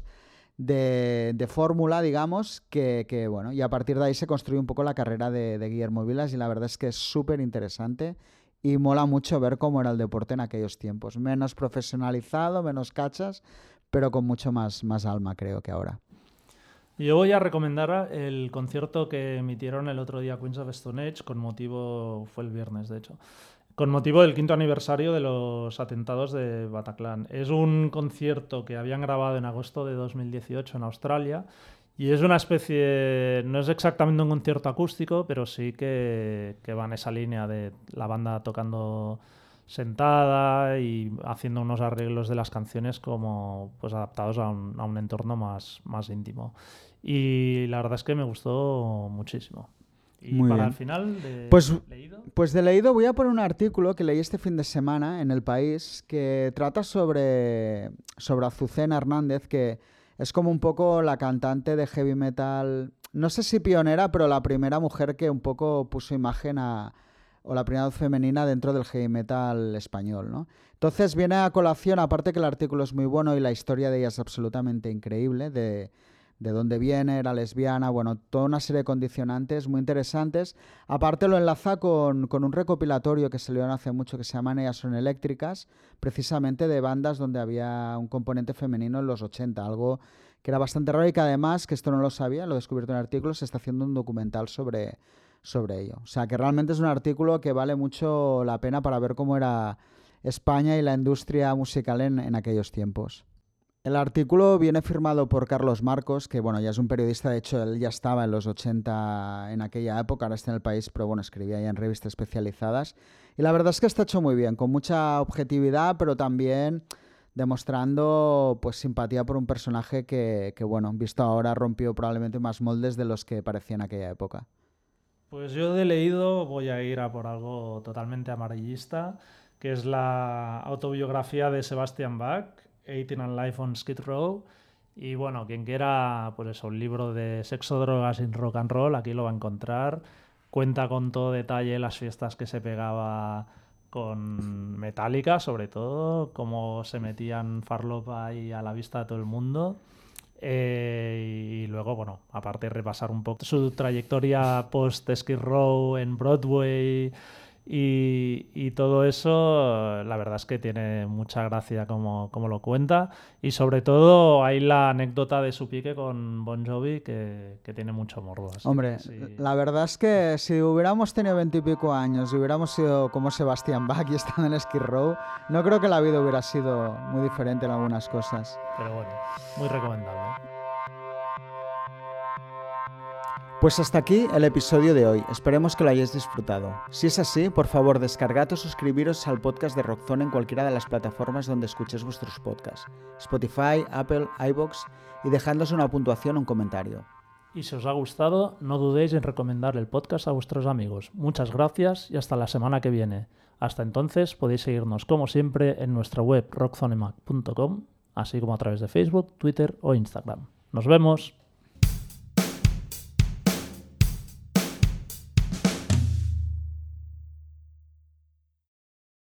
Speaker 2: de, de fórmula, digamos, que, que, bueno, y a partir de ahí se construyó un poco la carrera de, de Guillermo Vilas y la verdad es que es súper interesante y mola mucho ver cómo era el deporte en aquellos tiempos. Menos profesionalizado, menos cachas, pero con mucho más, más alma, creo, que ahora.
Speaker 1: Yo voy a recomendar el concierto que emitieron el otro día Queens of Stone Age, con motivo, fue el viernes de hecho, con motivo del quinto aniversario de los atentados de Bataclan. Es un concierto que habían grabado en agosto de dos mil dieciocho en Australia y es una especie, no es exactamente un concierto acústico, pero sí que, que va en esa línea de la banda tocando sentada y haciendo unos arreglos de las canciones como pues adaptados a un, a un entorno más, más íntimo. Y la verdad es que me gustó muchísimo. Y
Speaker 2: Muy
Speaker 1: para
Speaker 2: bien.
Speaker 1: el final de
Speaker 2: pues,
Speaker 1: leído...
Speaker 2: Pues de leído voy a poner un artículo que leí este fin de semana en El País que trata sobre, sobre Azucena Hernández, que es como un poco la cantante de heavy metal, no sé si pionera, pero la primera mujer que un poco puso imagen a... o la primera voz femenina dentro del heavy metal español, ¿no? Entonces viene a colación, aparte que el artículo es muy bueno y la historia de ella es absolutamente increíble, de, de dónde viene, era lesbiana, bueno, toda una serie de condicionantes muy interesantes. Aparte lo enlaza con, con un recopilatorio que salió hace mucho que se llama Ellas son eléctricas, precisamente de bandas donde había un componente femenino en los ochenta, algo que era bastante raro y que además, que esto no lo sabía, lo he descubierto en el artículo, se está haciendo un documental sobre... sobre ello. O sea, que realmente es un artículo que vale mucho la pena para ver cómo era España y la industria musical en, en aquellos tiempos. El artículo viene firmado por Carlos Marcos, que bueno, ya es un periodista, de hecho él ya estaba en los ochenta en aquella época, ahora está en El País, pero bueno, escribía ya en revistas especializadas. Y la verdad es que está hecho muy bien, con mucha objetividad, pero también demostrando pues simpatía por un personaje que, que bueno, visto ahora rompió probablemente más moldes de los que parecía en aquella época.
Speaker 1: Pues yo de leído voy a ir a por algo totalmente amarillista, que es la autobiografía de Sebastian Bach, eighteen and Life on Skid Row. Y bueno, quien quiera, pues eso, un libro de sexo, drogas y rock and roll, aquí lo va a encontrar. Cuenta con todo detalle las fiestas que se pegaba con Metallica, sobre todo, cómo se metían farlopa ahí a la vista de todo el mundo. Eh, y luego, bueno, aparte de repasar un poco su trayectoria post Skid Row en Broadway Y, y todo eso, la verdad es que tiene mucha gracia como, como lo cuenta. Y sobre todo hay la anécdota de su pique con Bon Jovi que, que tiene mucho morbo. Así
Speaker 2: Hombre,
Speaker 1: que sí.
Speaker 2: la verdad es que si hubiéramos tenido veintipico años y hubiéramos sido como Sebastián Bach y estando en Skid Row, no creo que la vida hubiera sido muy diferente en algunas cosas.
Speaker 1: Pero bueno, muy recomendable.
Speaker 2: Pues hasta aquí el episodio de hoy. Esperemos que lo hayáis disfrutado. Si es así, por favor, descargad o suscribiros al podcast de Rockzone en cualquiera de las plataformas donde escuchéis vuestros podcasts. Spotify, Apple, iVoox, y dejadnos una puntuación o un comentario.
Speaker 1: Y si os ha gustado, no dudéis en recomendar el podcast a vuestros amigos. Muchas gracias y hasta la semana que viene. Hasta entonces podéis seguirnos como siempre en nuestra web rockzonemac punto com, así como a través de Facebook, Twitter o Instagram. ¡Nos vemos!